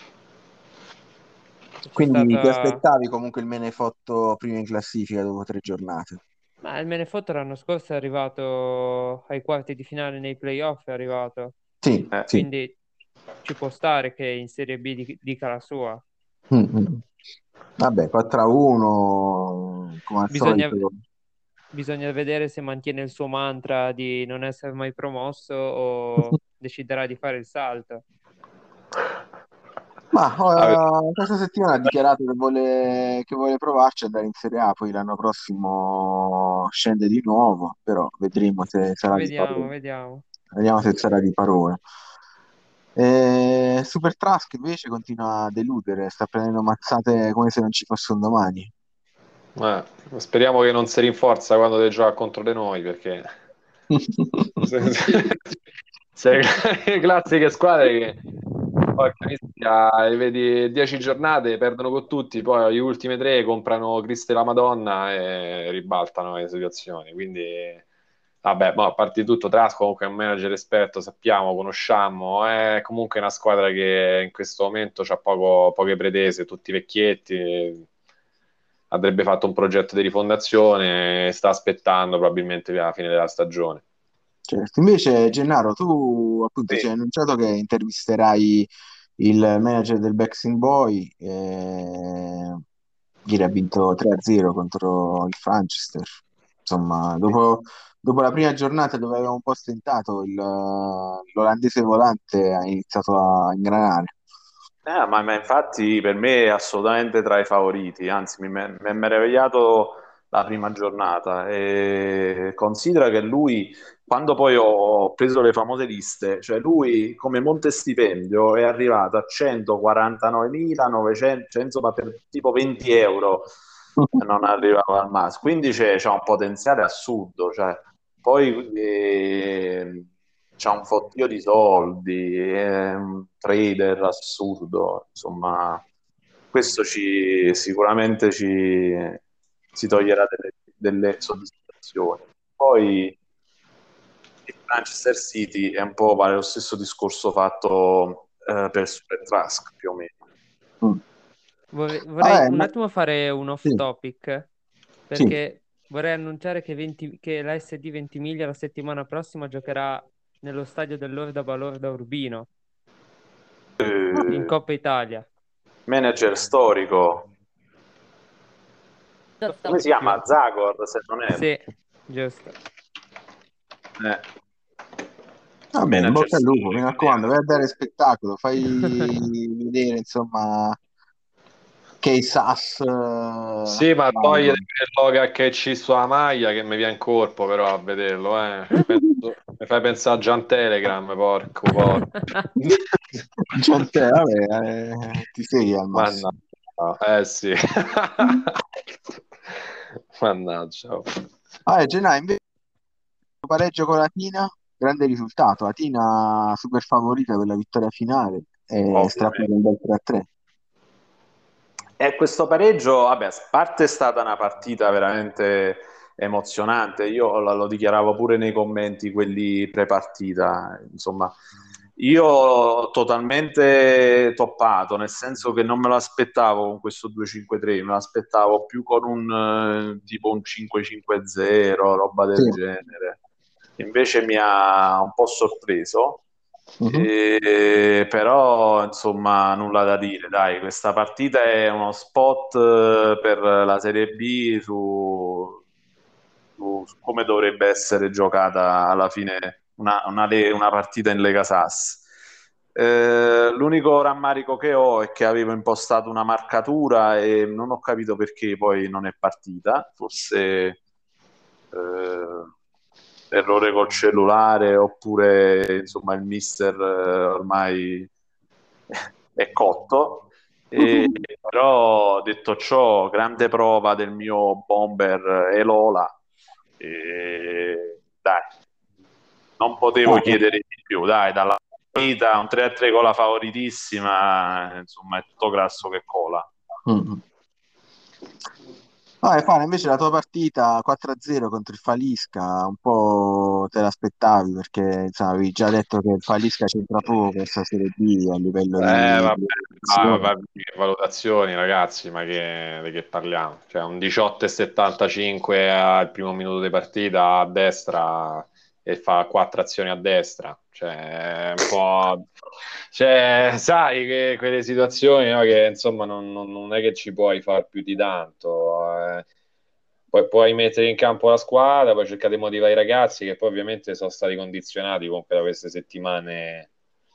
C'è Quindi ti stata. aspettavi comunque il Menefotto prima in classifica dopo tre giornate? Ma il Menefotto l'anno scorso è arrivato ai quarti di finale nei playoff, è arrivato. Sì, eh. sì. Quindi ci può stare che in Serie B di- dica la sua. Mm, mm. Vabbè, quattro a uno, come al Bisogna, solito. bisogna vedere se mantiene il suo mantra di non essere mai promosso o deciderà di fare il salto. Ma Ah, eh, questa settimana ha dichiarato che vuole, che vuole provarci ad andare in Serie A, poi l'anno prossimo scende di nuovo, però vedremo se sarà di Vediamo, parola. vediamo. Vediamo se sarà di parola. E Super Trask invece continua a deludere, sta prendendo mazzate come se non ci fosse un domani. eh, speriamo che non si rinforza quando deve giocare contro di noi, perché se, se- se- le classiche squadre che porca miseria, le vedi dieci giornate, perdono con tutti, poi le ultime tre comprano Cristo e la Madonna e ribaltano le situazioni. Quindi, vabbè, ma a parte di tutto, Trasco comunque è un manager esperto, sappiamo, conosciamo, è comunque una squadra che in questo momento ha poco, poche pretese, tutti vecchietti. Avrebbe fatto un progetto di rifondazione, sta aspettando probabilmente la fine della stagione. Certo. Invece, Gennaro, tu appunto Sì. ci hai annunciato che intervisterai il manager del Boxing Boy, eh, ieri ha vinto tre a zero contro il Franchester. Insomma, dopo, dopo la prima giornata dove avevamo un po' stentato, il- l'olandese volante ha iniziato a ingranare. Eh, ma, ma infatti per me è assolutamente tra i favoriti, anzi mi, mi è meravigliato la prima giornata e considera che lui, quando poi ho preso le famose liste, cioè lui come monte stipendio è arrivato a centoquarantanovemilanovecento, cioè, insomma per tipo venti euro non arrivava al massimo, quindi c'è c'è un potenziale assurdo, cioè, poi eh, c'ha un fottio di soldi, è un trader assurdo, insomma, questo ci, sicuramente ci, si toglierà delle, delle soddisfazioni. Poi il Manchester City è un po' vale lo stesso discorso fatto eh, per Super Trask, più o meno. Mm. Vorrei, vorrei Vabbè, un ma- attimo fare un off sì, topic sì. perché vorrei annunciare che, venti che la S D Ventimiglia la settimana prossima giocherà nello stadio dell'Orda Balorda Urbino in Eh, Coppa Italia. manager storico, come si chiama? Giusto? Zagor, se non è... Sì, giusto. Eh, Vabbè, in manager bocca al lupo, mi storico. raccomando, vai a dare spettacolo, fai vedere, insomma, che i Sass eh, Sì, ma togliere valgono. il logo che ci sulla maglia che mi viene in corpo però a vederlo, eh. Penso- mi fai pensare a Gian Telegram, porco, porco. John Te, vabbè, eh, ti sei al massimo. Mannaggia, eh sì. Mannaggia. Vabbè, Genà, invece pareggio con Latina, grande risultato. Latina super favorita per la vittoria finale e strappata Ovviamente. un bel tre a tre. E questo pareggio, vabbè, a parte è stata una partita veramente emozionante, io lo, lo dichiaravo pure nei commenti, quelli pre-partita, insomma, io totalmente toppato, nel senso che non me lo aspettavo con questo due cinque tre, me lo aspettavo più con un eh, tipo un cinque cinque zero, roba Sì. del genere. Invece mi ha un po' sorpreso. Mhm. E, però insomma nulla da dire, dai, questa partita è uno spot eh, per la Serie B su, su- su come dovrebbe essere giocata alla fine una, una le- una partita in Lega Sass. Eh, l'unico rammarico che ho è che avevo impostato una marcatura e non ho capito perché poi non è partita, forse eh, errore col cellulare oppure insomma il mister eh, ormai è cotto. E, però detto ciò, grande prova del mio bomber Elola. E, dai, non potevo Ah, eh. chiedere di più, dai, dalla vita un tre a tre con la favoritissima, insomma, è tutto grasso che cola. Mhm. Vabbè, Fara, invece la tua partita quattro a zero contro il Falisca, un po' te l'aspettavi perché insomma, avevi già detto che il Falisca c'entra poco con questa Serie B a livello Eh, di, vabbè, di ah, posizione. vabbè, che valutazioni, ragazzi, ma che, di che parliamo? Cioè, un diciotto e settantacinque al primo minuto di partita a destra e fa quattro azioni a destra. Cioè, è un po'... Cioè, sai che quelle situazioni, no, che insomma non, non- non è che ci puoi far più di tanto. eh. Poi puoi mettere in campo la squadra, poi cercare di motivare i ragazzi che poi ovviamente sono stati condizionati comunque da queste settimane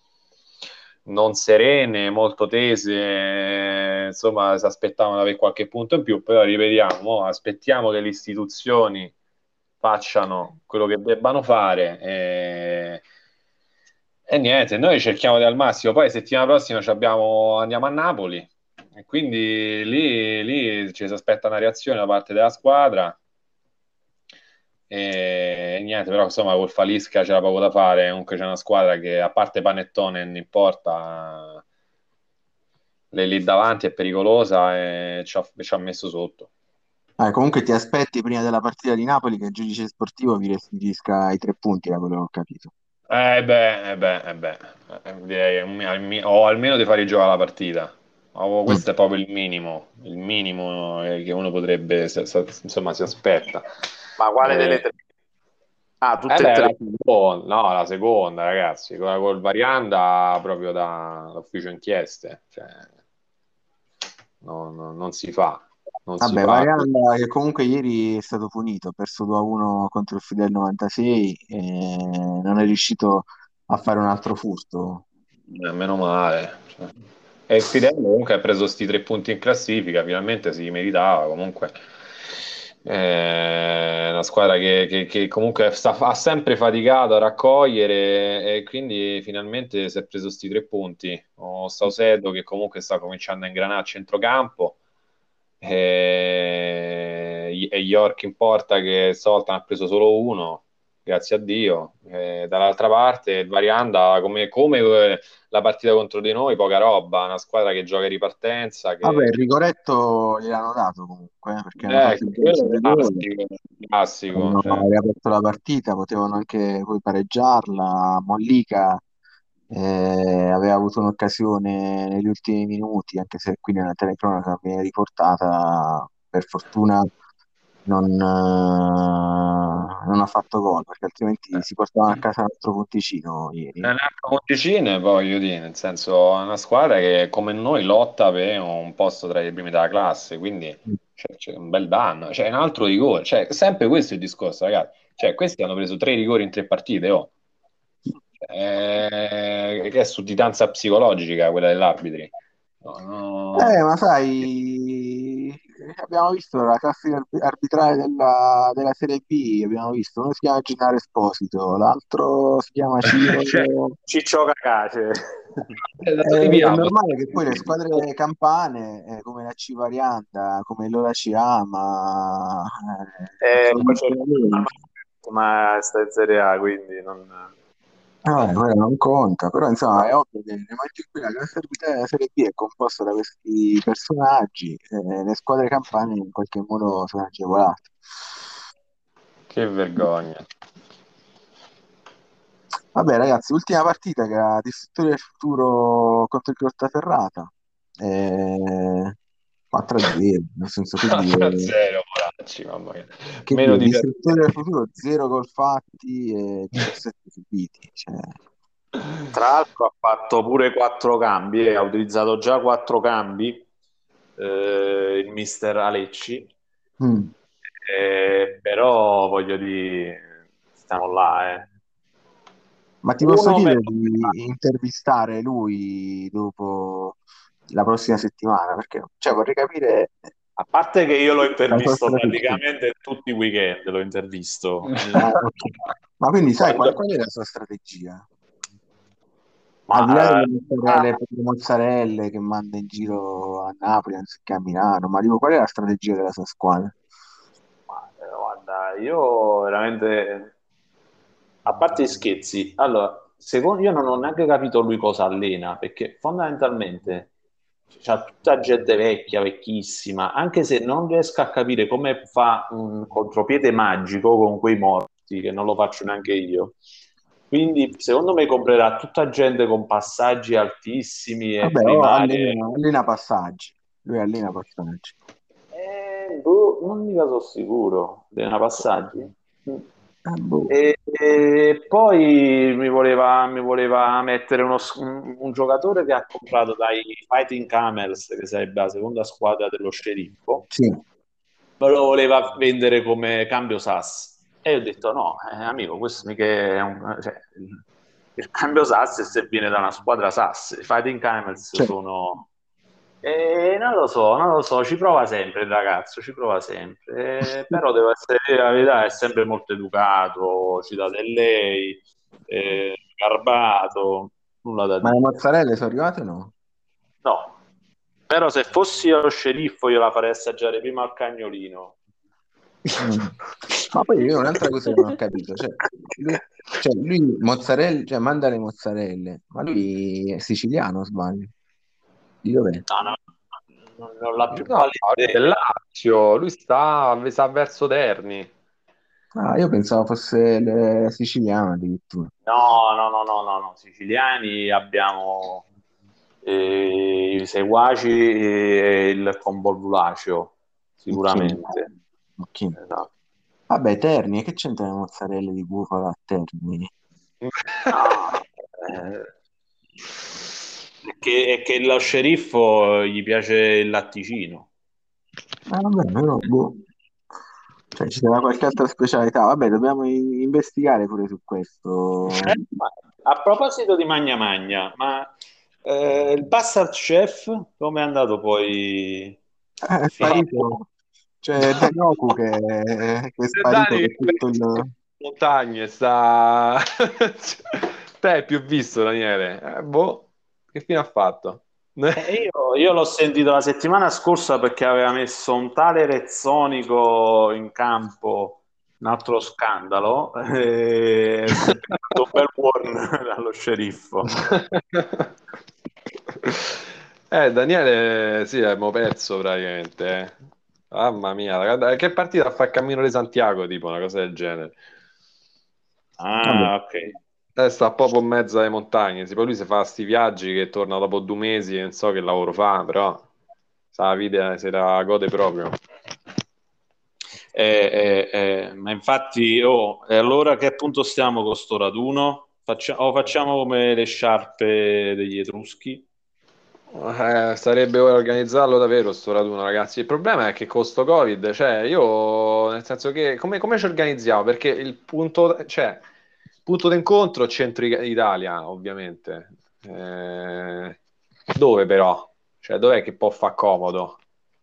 non serene, molto tese, insomma, si aspettavano di avere qualche punto in più, però ripetiamo, aspettiamo che le istituzioni facciano quello che debbano fare e, e niente, noi cerchiamo di al massimo, poi settimana prossima ci abbiamo, andiamo a Napoli e quindi lì, lì ci si aspetta una reazione da parte della squadra e niente, però insomma col Falisca c'era poco da fare, comunque c'è una squadra che a parte Panettone non importa, lei lì davanti è pericolosa e ci ha, ci ha messo sotto. Eh, comunque ti aspetti prima della partita di Napoli che il giudice sportivo vi restituisca i tre punti, da quello che ho capito. Eh beh, eh beh, eh beh, eh, direi un- almi- o almeno di fare giocare la partita. Oh, Mm. questo è proprio il minimo, il minimo eh, che uno potrebbe, se- se- insomma, si aspetta. Ma quale delle Eh, tre? Ah, Eh tutte e beh, la tre. seconda, no, la seconda, ragazzi, quella col Varianda proprio dall'ufficio inchieste, cioè, no- no- non si fa, non si Vabbè, fa. Varianda che comunque ieri è stato punito, ha perso due a uno contro il Fidel novantasei e non è riuscito a fare un altro furto. Eh, meno male. Cioè. E il Fidel comunque ha preso sti tre punti in classifica, finalmente si meritava comunque. È una squadra che, che- che comunque sta- ha sempre faticato a raccogliere e quindi finalmente si è preso sti tre punti. O Saucedo che comunque sta cominciando a ingranare a centrocampo e, e York in porta che stavolta ne ha preso solo uno, grazie a Dio. E dall'altra parte il Varianda come, come eh, la partita contro di noi, poca roba, una squadra che gioca in ripartenza, Vabbè, che, il che... rigoretto gliel'hanno dato comunque, eh, perché hanno Eh, fatto il gol quello sul è rigore, classico, classico, hanno cioè. riaperto la partita, potevano anche poi pareggiarla. Mollica eh, aveva avuto un'occasione negli ultimi minuti, anche se qui nella telecronaca viene riportata, per fortuna non, eh, non ha fatto gol, perché altrimenti si portavano a casa un altro punticino È ieri. un altro conticino, e voglio dire, nel senso, è una squadra che come noi lotta per un posto tra i primi della classe, quindi cioè, c'è un bel danno, c'è un altro rigore, cioè, sempre questo è il discorso, ragazzi, cioè, questi hanno preso tre rigori in tre partite, oh. Eh, che è sudditanza psicologica quella dell'arbitri. No, Eh, no. ma sai, abbiamo visto la classica arbi- arbitrale della, della Serie B, abbiamo visto, uno si chiama Gennaro Esposito, l'altro si chiama Ciro. Cioè, Ciccio Cacace. Eh, da dove Eh, è viviamo? normale che poi le squadre campane, eh, come la C Varianta, come l'Ola ci ama, eh, Eh, sono poi c'è il tutti- ma sta in Serie A, quindi non... Ah, vabbè, quello non conta, però insomma è ovvio che nel momento in cui la classe arbitrale della Serie B è composta da questi personaggi, eh, le squadre campane in qualche modo sono agevolate. Che vergogna. Vabbè, ragazzi, ultima partita che era Distruttori del Futuro contro il Grottaferrata. Eh, quattro a zero, nel senso che dire, quattro a zero, poracci, mamma mia. che Meno dire, di Distruttori del Futuro zero gol fatti e diciassette subiti. Cioè, Tra l'altro ha fatto pure quattro cambi, eh, ha utilizzato già quattro cambi eh, il mister Alecci, mm. eh, però voglio dire, stiamo là, eh. Ma ti posso Uno chiedere meno di intervistare lui dopo la prossima settimana? Perché cioè, vorrei capire a parte che io l'ho la sua intervisto strategia. praticamente tutti i weekend, l'ho intervisto. Ah, ok. Ma quindi sai qual, Quando... qual è la sua strategia? Al di là Ma, delle eh, ah, mozzarelle, delle mozzarelle che manda in giro a Napoli anziché a Milano, ma dico, qual è la strategia della sua squadra? ma, eh, guarda, io veramente, a parte gli scherzi, allora, secondo io non ho neanche capito lui cosa allena, perché fondamentalmente c'ha tutta gente vecchia, vecchissima, anche se non riesco a capire come fa un contropiede magico con quei morti, che non lo faccio neanche io. Quindi, secondo me, comprerà tutta gente con passaggi altissimi e Vabbè, oh, primarie. allena, allena passaggi. Lui allena passaggi. Eh, boh, non mica sono sicuro dei passaggi. Mm. Ah, boh. E, e poi mi voleva, mi voleva mettere uno s- un, un giocatore che ha comprato dai Fighting Camels, che sarebbe la seconda squadra dello sceriffo, Sì. me lo voleva vendere come cambio S A S. E io ho detto: no, eh, amico, questo mica è un, cioè, il, il cambio S A S è se viene da una squadra S A S. I Fighting Camels Cioè, sono. E non lo so, non lo so, ci prova sempre il ragazzo, ci prova sempre. Eh, però devo essere la verità, è sempre molto educato, ci dà del lei, eh, garbato, nulla da ma le dire. mozzarelle sono arrivate o no? No, però se fossi io lo sceriffo io la farei assaggiare prima al cagnolino. Mm. Ma poi io un'altra cosa che non ho capito, cioè lui, cioè, lui mozzarella, cioè manda le mozzarelle, ma lui è siciliano, o sbaglio? Di dov'è? No, no, non, non l'ha più No, pallida lui è del idea. Lazio, lui sta, sta verso Terni. Ah, io pensavo fosse le- siciliano addirittura. No, no, no, no, no, no. Siciliani abbiamo eh, i seguaci e il convolvulaceo, Ok, sicuramente. ok. Esatto. Vabbè, Terni, che c'entra le mozzarelle di bufala a Terni? No, eh, è che, è che lo sceriffo gli piace il latticino. Ah, vabbè, però, boh. Cioè, ci sarà qualche altra specialità. Vabbè, dobbiamo i- investigare pure su questo. Eh, ma a proposito di Magna Magna, ma eh, il Bastard Chef come è andato poi Eh, a È finire? sparito. C'è Danoku che, che è C'è sparito Dani per che tutto il... in montagne sta. Te hai più visto, Daniele? Eh, boh, che fine ha fatto? Eh, io, io l'ho sentito la settimana scorsa perché aveva messo un tale Rezzonico in campo, un altro scandalo, e si è beccato un bel buon dallo sceriffo. Eh, Daniele, sì, abbiamo perso praticamente. eh. Mamma mia, guarda, che partita a fare il Cammino di Santiago, tipo una cosa del genere. Vabbè, Ah, ok. Eh, sta proprio in mezzo alle montagne. Sì, poi lui si fa sti viaggi che torna dopo due mesi e non so che lavoro fa, però sa la vita se la gode proprio. Eh, eh, eh, ma infatti, oh, e allora che punto stiamo con sto raduno? Faccia- o facciamo come le sciarpe degli Etruschi? Eh, sarebbe ora organizzarlo davvero sto raduno, ragazzi. Il problema è che con sto Covid, cioè, io nel senso che come, come ci organizziamo? Perché il punto, cioè, punto d'incontro è centro Italia, ovviamente. Eh, dove però? Cioè, dov'è che può far comodo?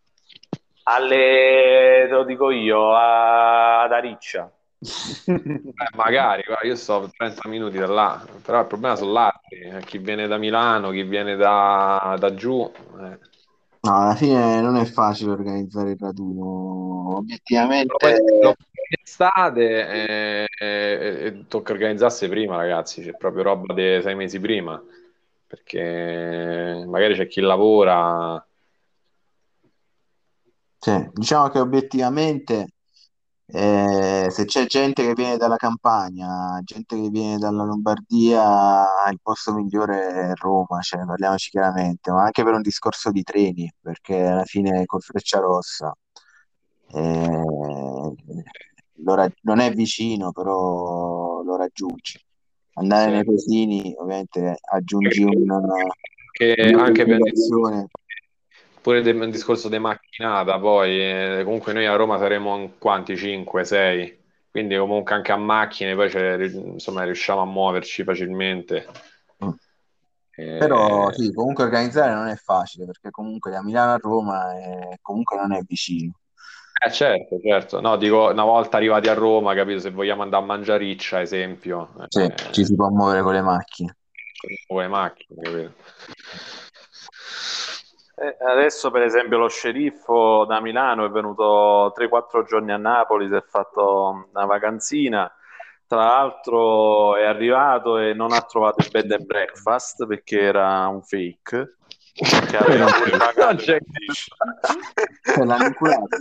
Alle, te lo dico io, a- ad Ariccia. Eh, magari, guarda, io sto a trenta minuti da là, però il problema sono l'altri, eh, chi viene da Milano, chi viene da, da giù. eh. no, alla fine non è facile organizzare il raduno. Lo puoi Obiettivamente, lo puoi fare in estate e, e- e tocca organizzarsi prima, ragazzi, c'è proprio roba di sei mesi prima, perché magari c'è chi lavora. cioè, diciamo che obiettivamente, eh, se c'è gente che viene dalla Campania, gente che viene dalla Lombardia, il posto migliore è Roma, cioè, parliamoci chiaramente, ma anche per un discorso di treni, perché alla fine col Frecciarossa eh, lo rag- non è vicino, però lo raggiungi. Andare Sì. nei paesini, ovviamente aggiungi un- Che una anche per complicazione. pure de- un discorso di macchinata, poi eh, comunque noi a Roma saremo in quanti? cinque, sei, quindi comunque anche a macchine poi c'è- insomma riusciamo a muoverci facilmente. Mm. Però Eh, sì, comunque organizzare non è facile, perché comunque da Milano a Roma è- comunque non è vicino. eh, certo, certo. No, dico, una volta arrivati a Roma, capito, se vogliamo andare a mangiare riccia, esempio, Sì, ci eh, si può muovere con le macchine. con le macchine, capito? Eh, adesso, per esempio, lo sceriffo da Milano è venuto tre quattro giorni a Napoli, si è fatto una vacanzina. Tra l'altro è arrivato e non ha trovato il bed and breakfast perché era un fake, che Poi aveva non pure Non pagato in c'è. anticipo. cioè, l'hanno inculato.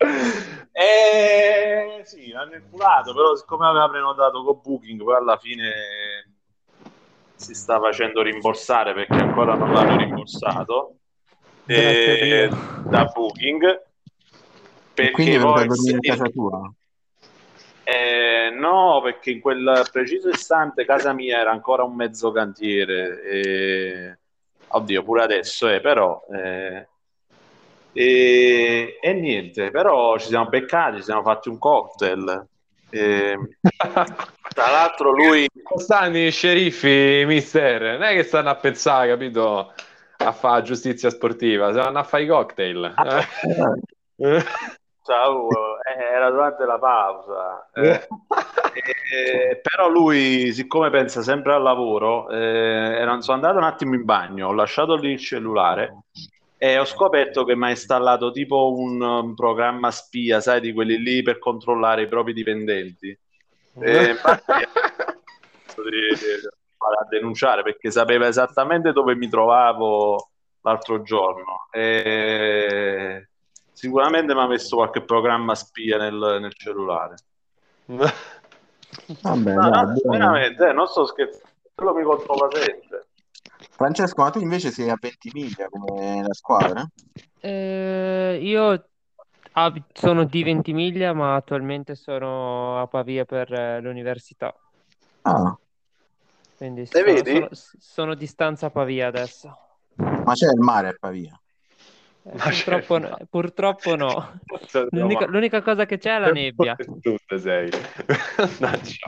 Eh sì, l'hanno inculato, però siccome aveva prenotato con Booking, poi alla fine si sta facendo rimborsare perché ancora non l'hanno rimborsato Grazie a Dio. eh, da Booking, E quindi è perché venuto a poi dormire in casa tua. eh, no, perché in quel preciso istante casa mia era ancora un mezzo cantiere e oddio, pure adesso è, però eh, e, e niente, però ci siamo beccati, ci siamo fatti un cocktail. E, tra l'altro lui Stanno i sceriffi, mister, non è che stanno a pensare, capito, a fare giustizia sportiva, stanno a fare i cocktail. Eh. ciao, eh, era durante la pausa. Eh, eh, però lui, siccome pensa sempre al lavoro, eh, era- sono andato un attimo in bagno, ho lasciato lì il cellulare e ho scoperto che mi ha installato tipo un, um, programma spia, sai, di quelli lì per controllare i propri dipendenti. E infatti di, di- a denunciare perché sapeva esattamente dove mi trovavo l'altro giorno e sicuramente mi ha messo qualche programma spia nel, nel cellulare. Vabbè, No, dai, no, buono. veramente, eh, non sto scherzando, quello mi controlla sempre. Francesco, ma tu invece sei a Ventimiglia come la squadra? Eh, io Ah, sono di Ventimiglia, ma attualmente sono a Pavia per eh, l'università. Ah, Quindi Le sono, vedi? sono, sono a distanza a Pavia adesso. ma c'è il mare a Pavia. Eh, Ma purtroppo, no- certo. purtroppo no. Cazzo di L'unica, umano. l'unica cosa che c'è è la nebbia. Tu te sei. Mannaggia.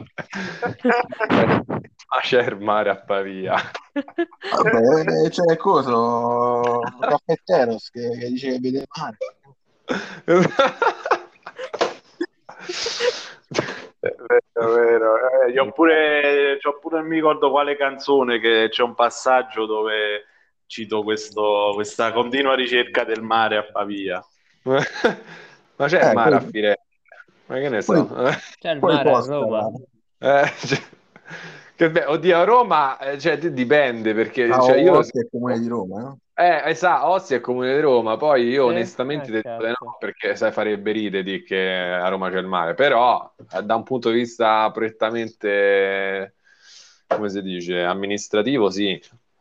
Ma c'è il mare a Pavia. Vabbè, eh, c'è il coso, Caffetteros che, che dice che vede il mare. È vero, è vero. Eh, io ho pure, c'ho pure, non mi ricordo quale canzone, che c'è un passaggio dove cito questo, questa continua ricerca del mare a Pavia. Ma c'è il Eh, mare poi, a Firenze? Ma che ne poi, so? C'è il poi mare a posta. Roma. Eh, cioè, che be- oddio, a Roma, eh, cioè, dipende perché Ah, cioè, io Ostia è il comune di Roma, no? eh, esatto, Ostia è il comune di Roma, poi io Sì? onestamente Ah, ti dico di cazzo. no, perché sai, farebbe ridere di che a Roma c'è il mare, però eh, da un punto di vista prettamente, come si dice, amministrativo, sì.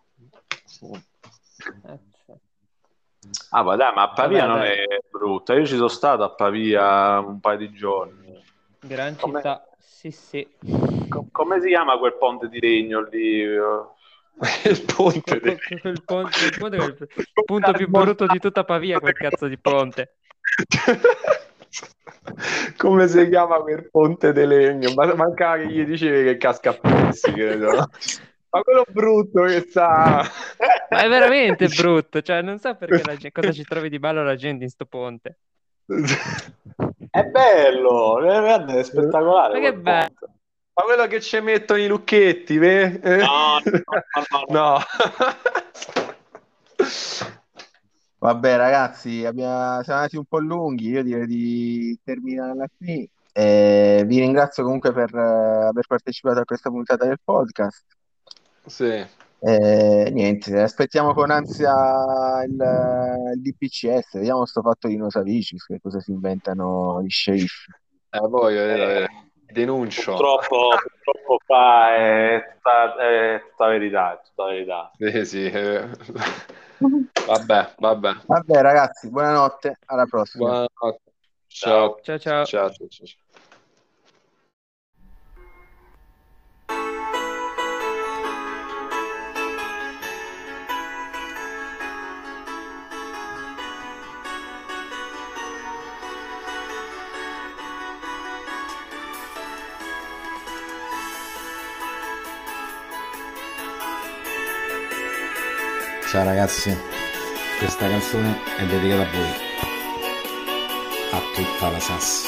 Cazzo. Ah, ma dai, ma a Pavia Vabbè, non dai, è brutta. Io ci sono stato a Pavia un paio di giorni. gran Come, città. Sì, sì. co- come si chiama quel ponte di legno lì? Il ponte Que- dei... que- que- Quel ponte, quel ponte che è il punto più brutto di tutta Pavia, quel cazzo di ponte. Come si chiama quel ponte di legno? Ma mancava che gli dicevi che casca a pezzi, credo. Ma quello brutto che sta... Ma è veramente brutto, cioè non so perché la gente, cosa ci trovi di bello la gente in sto ponte. È bello, è, guarda, è spettacolare Ma che quel bello. ponte. Ma quello che ci mettono i lucchetti, ve? Eh? No, no, no, no. No. Vabbè, ragazzi, abbiamo- siamo andati un po' lunghi. Io direi di terminarla qui. Eh, vi ringrazio comunque per eh, aver partecipato a questa puntata del podcast. Sì. Eh, niente, aspettiamo con ansia il, il D P C S. Vediamo sto fatto di Nosavicis, che cosa si inventano gli sceriffi. Eh, poi Eh, eh, denuncio. purtroppo, purtroppo qua è tutta, è tutta verità, è tutta verità. Sì, sì. eh. Vabbè, vabbè. Vabbè, ragazzi, buonanotte, alla prossima. Buonanotte. Ciao. Ciao. Ciao, ciao. Ciao, ciao, ciao. Ciao ragazzi, questa canzone è dedicata a voi, a tutta la Sass.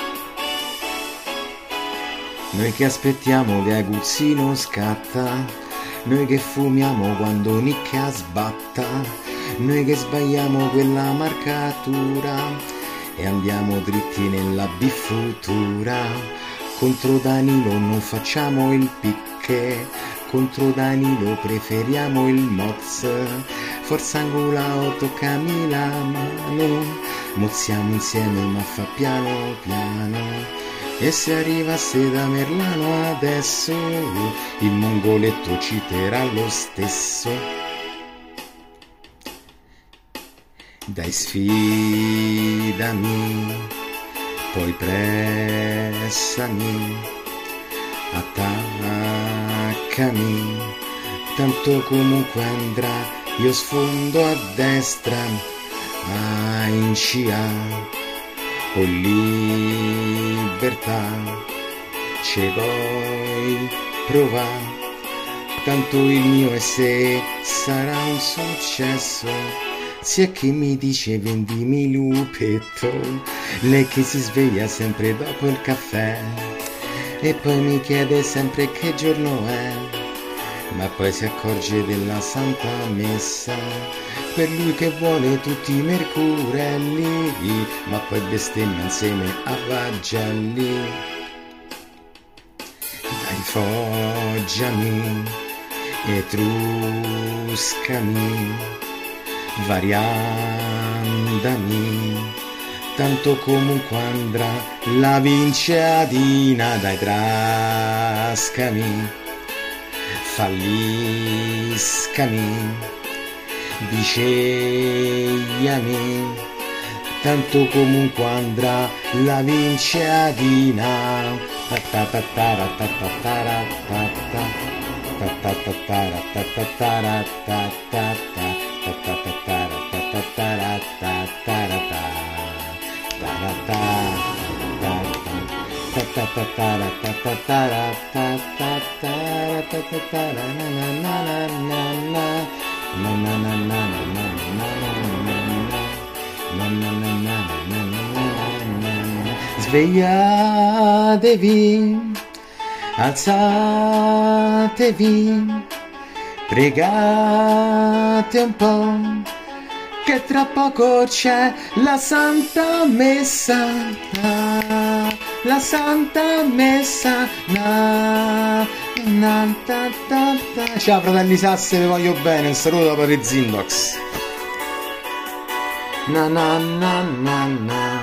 Noi che aspettiamo che aguzzino scatta, noi che fumiamo quando nicchia sbatta, noi che sbagliamo quella marcatura e andiamo dritti nella biffutura. Contro Danilo non facciamo il picche, contro Danilo preferiamo il moz. Forza angolao, toccami la mano, mozziamo insieme ma fa piano piano. E se arrivasse da Merlano adesso, il mongoletto citerà lo stesso. Dai, sfidami, poi pressami, attaccami, tanto comunque andrà, io sfondo a destra, a in C A. O libertà, ce vuoi provare, tanto il mio e se sarà un successo. Sia che mi dice vendimi lupetto, lei che si sveglia sempre dopo il caffè e poi mi chiede sempre che giorno è, ma poi si accorge della santa messa. Per lui che vuole tutti i mercurelli, ma poi bestemmia insieme a Vagelli. Dai, foggiami, etruscami, variandami, tanto comunque andrà, la vince Adina. Dai, trascami, falliscami, dicegliami, tanto comunque andrà, la vince Adina. Svegliatevi, alzatevi, pregate un po', che tra poco c'è la Santa Messa, la Santa Messa. Na, na, ta, ta, ta. Ciao fratelli Sasse, vi voglio bene, un saluto per i Zindox. Na na na na na.